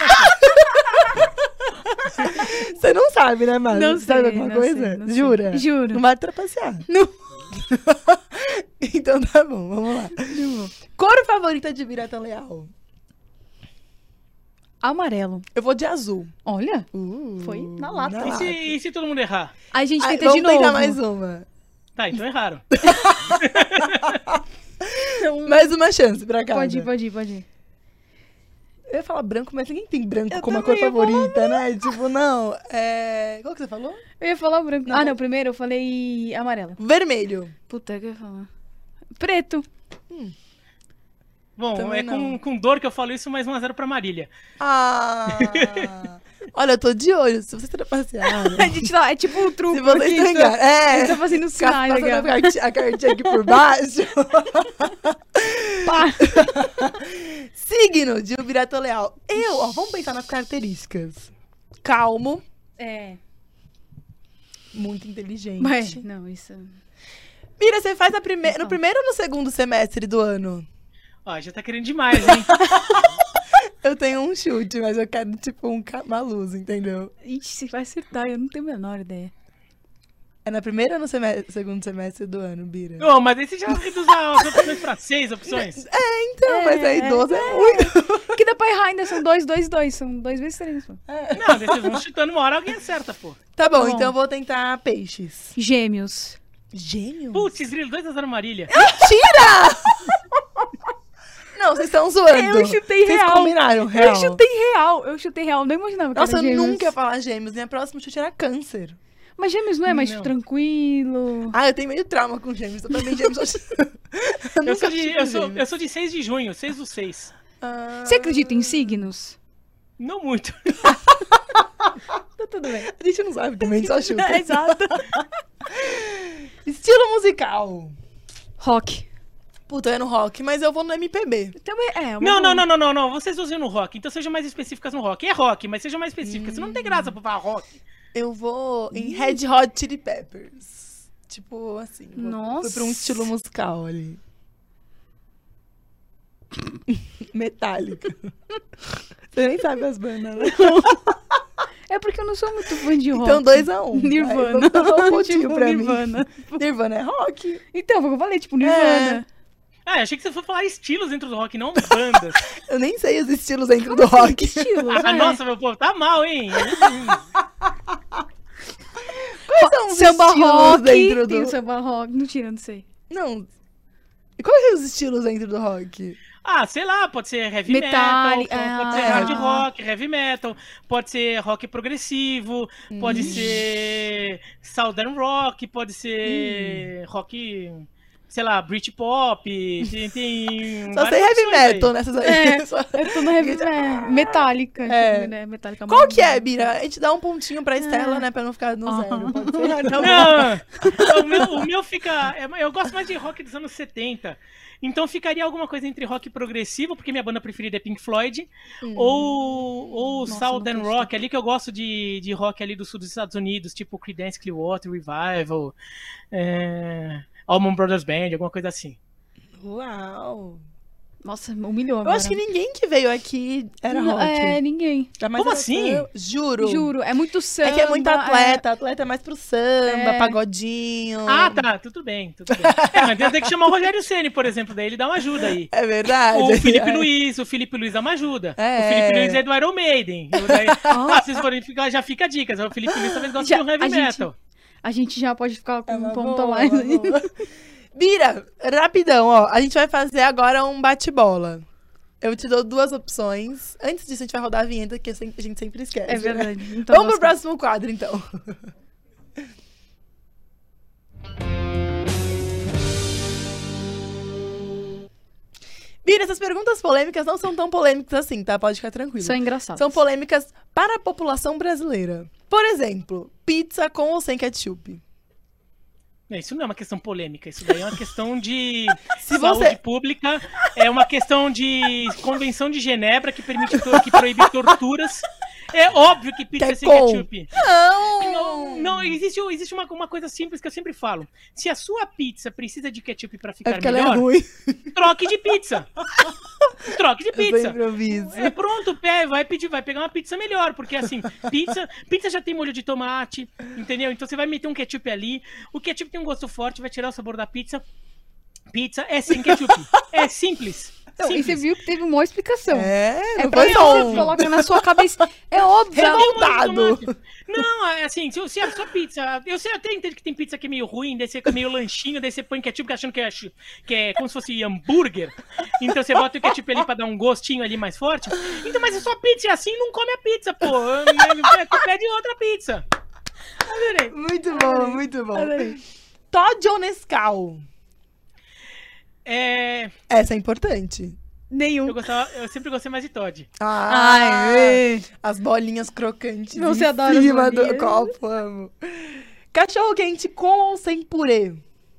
dica! Você não sabe, né, Mari? Não você sei, sabe alguma não coisa? sei, não Jura? Sei. Juro. Não vai trapacear. Não. Então tá bom, vamos lá. Cor favorita de Bira Tão Leal? Amarelo. Eu vou de azul. Olha, Uh, foi na lata. na E se, e se todo mundo errar? a gente Ai, tenta de vamos novo. tentar mais uma. Tá, então erraram. Mais uma chance pra cada. Pode ir, pode ir, pode ir. Eu ia falar branco, mas ninguém tem branco Eu como a cor também ia falar favorita, né? Tipo, não. É... Qual que você falou? Eu ia falar branco. Não. Ah, não, primeiro eu falei amarelo. Vermelho. Puta, que eu ia falar. Preto. Bom, Também é com, não. com dor que eu falo isso, mas um a zero pra Marília. Ah! Olha, eu tô de olho. Se você trapacear. A gente tá, é tipo um truque. Se você aqui, estrangar. A É. gente tá fazendo Ficar sinais passando aqui. a cartinha, a cartinha aqui por baixo. Pá. Signo de Ubirato Leal. Eu, ó, vamos pensar nas características. Calmo, É. muito inteligente. Mas, não, isso... Mira, você faz a prime... no Então. primeiro ou no segundo semestre do ano? Ó, já tá querendo demais, hein? Eu tenho um chute, mas eu quero, tipo, um ca- uma luz, entendeu? Ixi, se vai acertar, eu não tenho a menor ideia. É na primeira ou no seme- segundo semestre do ano, Bira? Ô, mas aí você já reduz as opções pra seis opções. É, então, É, mas aí é, doze é, muito. Que dá pra errar ainda, são dois, dois, dois. São dois vezes três, pô. Não, vocês vão chutando uma hora, alguém acerta, pô. Tá bom, Tá bom. então eu vou tentar peixes. Gêmeos. Gêmeo? Putz, grilo, dois a zero Marília. Mentira! Não, vocês estão zoando. Eu chutei Vocês real. combinaram, real. Eu chutei real, eu chutei real, não imaginava que Nossa, era eu gêmeos. nunca ia falar gêmeos. Minha próxima chute era câncer. Mas gêmeos não é mais Não. tranquilo? Ah, eu tenho meio trauma com gêmeos. Eu também gêmeos. Eu, Eu nunca sou, de, tive eu, sou, gêmeos. eu sou de seis de junho, seis do seis. Ah, Você acredita em signos? Não muito. Tá tudo bem. A gente não sabe também, a gente só chuta. É, exato. Estilo musical. Rock. Puta, eu ia no rock, mas eu vou no M P B. Também é. uma Não, não, boa. não, não, não, não. Vocês usam no rock, então sejam mais específicas no rock. É rock, mas sejam mais específicas. Não tem graça pra falar rock. Eu vou em Red Hot Chili Peppers. Tipo, assim. vou- Nossa. Fui pra um estilo musical ali. Metálica. Você nem sabe as bandas, né? É porque eu não sou muito fã de rock. Então, dois a um. Nirvana. Vai, vou dar um pontinho Tipo, pra Nirvana. mim. Nirvana é rock. Então, foi o que eu falei, tipo, Nirvana. Ah, eu achei que você foi falar estilos dentro do rock, não bandas. Eu nem sei os estilos dentro do rock. Estilo, Ah, vai. nossa, meu povo, tá mal, hein? Quais são os Samba estilos rock. dentro Tem do... o samba rock. Não tira, não sei. Não. E quais são os estilos dentro do rock? Ah, sei lá, pode ser heavy Metal- metal, pode ser ah. hard rock, heavy metal, pode ser rock progressivo, pode ser southern rock, pode ser rock, sei lá, Britpop, tem, tem Só várias sei heavy opções aí. metal nessas aí. É. Só- Eu tô no heavy metal. Metallica. É. Tipo, né? Metallica. Qual que é, maravilhosa. Bira? A gente dá um pontinho pra Estela, né? Pra não ficar no zero. Aham. Pode ser? Então, Não, o meu, o meu fica. é- Eu gosto mais de rock dos anos setenta. Então ficaria alguma coisa entre rock progressivo, porque minha banda preferida é Pink Floyd, ou, ou Nossa, Southern não gosto. Rock, ali que eu gosto de, de rock ali do sul dos Estados Unidos, tipo Creedence Clearwater Revival, é, Allman Brothers Band, alguma coisa assim. Uau. Nossa, humilhou Eu agora. acho que ninguém que veio aqui era Não, rock. É, ninguém. Tá mais Como era assim? sam- Juro. Juro, é muito samba. É que é muito atleta. Atleta é mais pro samba, É. pagodinho. Ah, tá, tudo bem, tudo bem. É, mas tem que chamar o Rogério Ceni, por exemplo, daí ele dá uma ajuda aí. É verdade. O Felipe É. Luiz, o Felipe Luiz dá uma ajuda. É. O Felipe Luiz é do Iron Maiden. Eu daí, ah, se vocês forem ficar, já fica a dica. O Felipe Luiz talvez goste Já- de um heavy a gente- metal. A gente já pode ficar com É um uma ponto boa, a mais. uma boa. Bira, rapidão, ó. A gente vai fazer agora um bate-bola. Eu te dou duas opções. Antes disso, a gente vai rodar a vinheta, que a gente sempre esquece. É né? verdade. Então, Vamos pro nossa. próximo quadro, então. Bira, essas perguntas polêmicas não são tão polêmicas assim, tá? Pode ficar tranquilo. São engraçados. São polêmicas para a população brasileira. Por exemplo, pizza com ou sem ketchup? Não, isso não é uma questão polêmica, isso daí é uma questão de Se saúde você- pública, é uma questão de Convenção de Genebra que permite to- que proíbe torturas. É óbvio que pizza Que é é sem com. ketchup. Não! Não, não, existe, existe uma, uma coisa simples que eu sempre falo. Se a sua pizza precisa de ketchup pra É ficar porque ela é melhor, ruim. troque de pizza. Troque de Eu sou pizza. improviso. É pronto, pé, vai pedir, vai pegar uma pizza melhor, porque assim, pizza, pizza já tem molho de tomate, entendeu? Então você vai meter um ketchup ali, o ketchup tem um gosto forte, vai tirar o sabor da pizza. Pizza é sem ketchup. É simples. Não, e você viu que teve uma explicação. É, É não pra foi que só você um coloca na sua cabeça. É óbvio. revoltado. Não, é assim, se, se a sua pizza. Eu sei até entendo que tem pizza que é meio ruim, daí você é meio lanchinho, daí você põe ketchup achando que é, que é como se fosse hambúrguer. Então você bota o ketchup ali pra dar um gostinho ali mais forte. Então, mas a sua pizza é assim, não come a pizza, pô. Pede outra pizza. Adorei. Muito bom, muito bom. Adorei. Todd ou Nescau? É. Essa é importante. Nenhum. Eu, gostava, eu sempre gostei mais de Todd. Ah, Ai, as bolinhas crocantes Você em adora as cima do bolinhas. copo, amo. Cachorro quente com ou sem purê?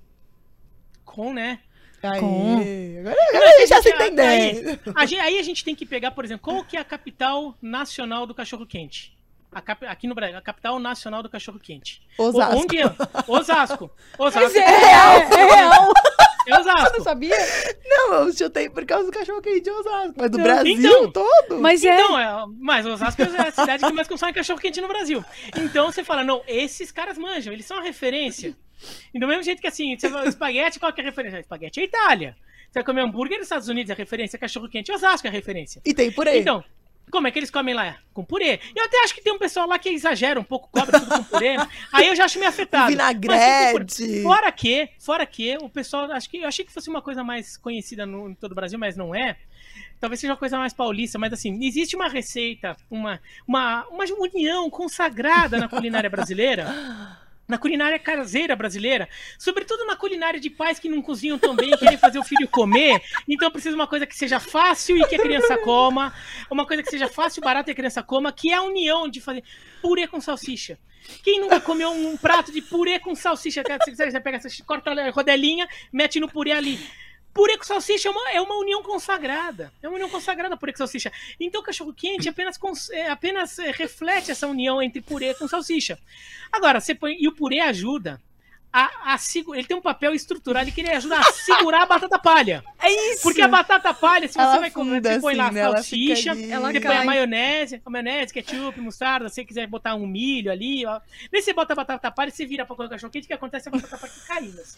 Com, né? Aê, Com. agora, agora a gente já se Aí- entendendo. A gente, aí a gente tem que pegar, por exemplo, qual que é a capital nacional do cachorro-quente? A cap- aqui no Brasil, a capital nacional do cachorro-quente. Osasco. O- Onde é? Osasco. Osasco. Mas é real, é real. É Você Osasco. não sabia? Não, eu chutei por causa do cachorro quente de Osasco. Mas do Não. Brasil Então, todo? Mas é. Então, é, mas Osasco é a cidade que mais consome cachorro-quente no Brasil. Então você fala, não, esses caras manjam, eles são a referência. E do mesmo jeito que assim, você fala, espaguete, qual que é a referência? Espaguete é Itália. Você vai comer hambúrguer nos Estados Unidos, é referência, cachorro-quente, Osasco é referência. E tem purê. Então, como é que eles comem lá? Com purê. Eu até acho que tem um pessoal lá que exagera um pouco, cobra tudo com purê. Aí eu já acho meio afetado. Vinagrete. Mas, tipo, fora que, fora que, o pessoal, acho que eu achei que fosse uma coisa mais conhecida no, em todo o Brasil, mas não é. Talvez seja uma coisa mais paulista, mas assim, existe uma receita, uma, uma, uma união consagrada na culinária brasileira. Na culinária caseira brasileira, sobretudo na culinária de pais que não cozinham tão bem e querem fazer o filho comer, então precisa de uma coisa que seja fácil e que a criança coma, uma coisa que seja fácil, barata e a criança coma, que é a união de fazer purê com salsicha. Quem nunca comeu um prato de purê com salsicha? Você pega essa, corta a rodelinha, mete no purê ali. Purê com salsicha é uma, é uma união consagrada. É uma união consagrada, purê com salsicha. Então o cachorro-quente apenas, cons- é, apenas é, reflete essa união entre purê com salsicha. Agora, você põe. E o purê ajuda a, a segurar. Ele tem um papel estrutural que ele ajuda a segurar a batata palha. É isso. Porque a batata palha, se você Ela vai comer, afunda você põe lá assim, a né? Ela salsicha, fica ali. Ela você cai. põe a maionese, a maionese, ketchup, mostarda, se você quiser botar um milho ali, ó. Daí você bota a batata palha e você vira pra comer o cachorro-quente, o que acontece? A batata palha fica caindo. Assim.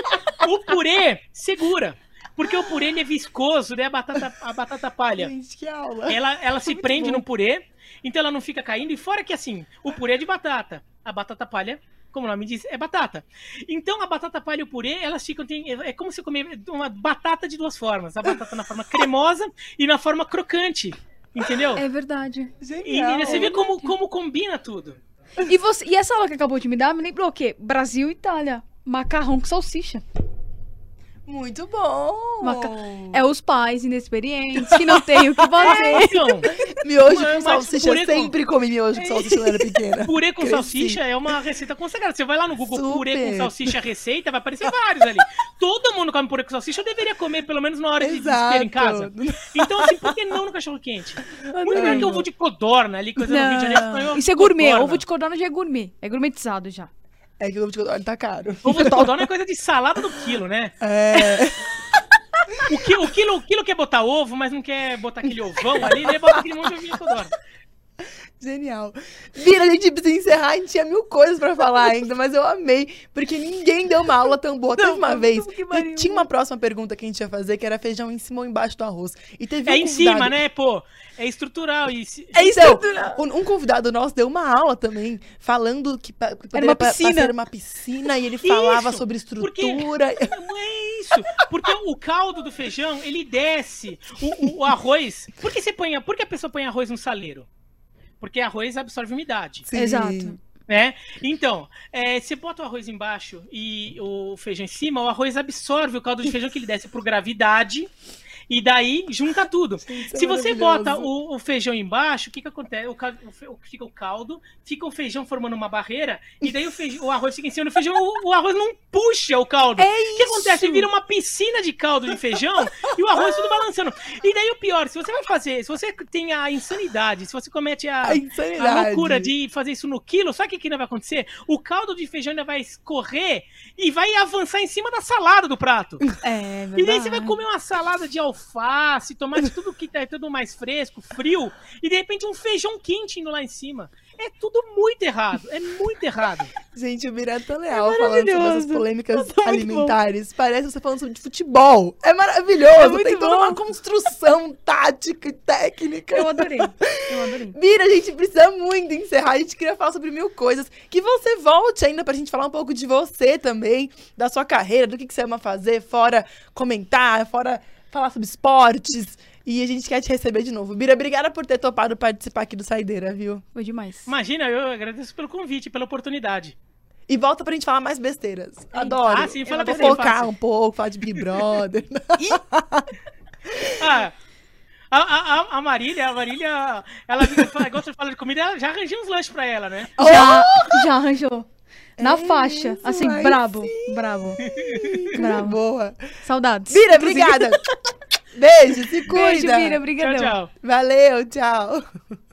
O purê segura. Porque o purê ele é viscoso, né? A batata, a batata palha. Gente, que aula. Ela, ela se Muito prende bom. no purê, então ela não fica caindo. E fora que assim, o purê é de batata. A batata palha, como o nome diz, é batata. Então a batata palha e o purê, elas ficam. Tem, é como se comer uma batata de duas formas. A batata na forma cremosa e na forma crocante. Entendeu? É verdade. E, Genial. e você vê como, como combina tudo. E, você, e essa aula que acabou de me dar me lembrou o quê? Brasil e Itália. Macarrão com salsicha. Muito bom. Maca- É os pais inexperientes que não têm o que fazer. Então, Miojo com Mas salsicha. purê Eu com- sempre comi miojo com salsicha quando era pequena. purê com Cresci. salsicha é uma receita consagrada. Você vai lá no Google, Super. purê com salsicha receita, vai aparecer vários ali. Todo mundo come purê com salsicha, eu deveria comer pelo menos na hora de desespero em casa. Então, assim, por que não no cachorro-quente? Muito melhor que ovo de codorna ali, coisa no Rio de Janeiro. põe Não. ovo Isso é de gourmet. codorna. Ovo de codorna já é gourmet. É gourmetizado já. É que o ovo de codorna tá caro. Ovo de codorna é coisa de salada do quilo, né? É. O, qui- o quilo, o quilo quer botar ovo, mas não quer botar aquele ovão ali, ele bota aquele monte de ovinho de codorna. Genial. Vira, a gente precisa encerrar, a gente tinha mil coisas pra falar ainda, mas eu amei, porque ninguém deu uma aula tão boa. Teve uma vez, que eu pariu. tinha uma próxima pergunta que a gente ia fazer, que era feijão em cima ou embaixo do arroz. E teve É um em cima, convidado- né, pô? É estrutural. E se- É isso, um, um convidado nosso deu uma aula também, falando que, pa- que poderia uma pa- piscina. ser uma piscina, e ele falava Isso, sobre porque- estrutura. Não é isso. Porque o caldo do feijão, ele desce. O, o- o arroz. Por que você põe. Por que a pessoa põe arroz no saleiro? Porque arroz absorve umidade. Sim. Exato. Né? Então, é, você bota o arroz embaixo e o feijão em cima, o arroz absorve o caldo de feijão que ele desce por gravidade. E daí junta tudo. Gente, isso é Se você maravilhoso. bota o, o feijão embaixo, o que que acontece? O, caldo- o fe- o- fica o caldo, fica o feijão formando uma barreira, e daí o, feijão, o arroz fica em cima do feijão, o, o arroz não puxa o caldo. É O que acontece? isso. Vira uma piscina de caldo de feijão e o arroz tudo balançando. E daí o pior, se você vai fazer, se você tem a insanidade, se você comete a, A insanidade. a loucura de fazer isso no quilo, sabe o que, que ainda vai acontecer? O caldo de feijão ainda vai escorrer e vai avançar em cima da salada do prato. É verdade. E daí você vai comer uma salada de alface, tomate, tudo que tá tudo mais fresco, frio, e de repente um feijão quente indo lá em cima. É tudo muito errado, é muito errado. Gente, o Bira é tão leal É falando sobre essas maravilhoso. polêmicas Muito alimentares. Parece você falando sobre futebol. É maravilhoso. É muito Tem toda bom. uma construção tática e técnica. Eu adorei. Eu adorei. Bira, a gente precisa muito encerrar. A gente queria falar sobre mil coisas. Que você volte ainda pra gente falar um pouco de você também, da sua carreira, do que, que você ama fazer, fora comentar, fora falar sobre esportes. E a gente quer te receber de novo. Bira, obrigada por ter topado participar aqui do Saideira, viu? Foi demais. Imagina, eu agradeço pelo convite, pela oportunidade. E volta pra gente falar mais besteiras. Adoro. Ah, sim, fala Eu vou besteira, focar fácil. um pouco, falar de Big Brother. Ah, a, a, a Marília, a Marília, ela fala- gosta de falar de comida, ela já arranjei uns lanches pra ela, né? Já, já arranjou. Na É faixa. isso, Assim, ai, brabo. sim. Brabo. Coisa Bravo. boa. Saudades. Bira, obrigada. Beijo, se cuida. Beijo, Bira. Tchau, Obrigadão. tchau. Valeu, tchau.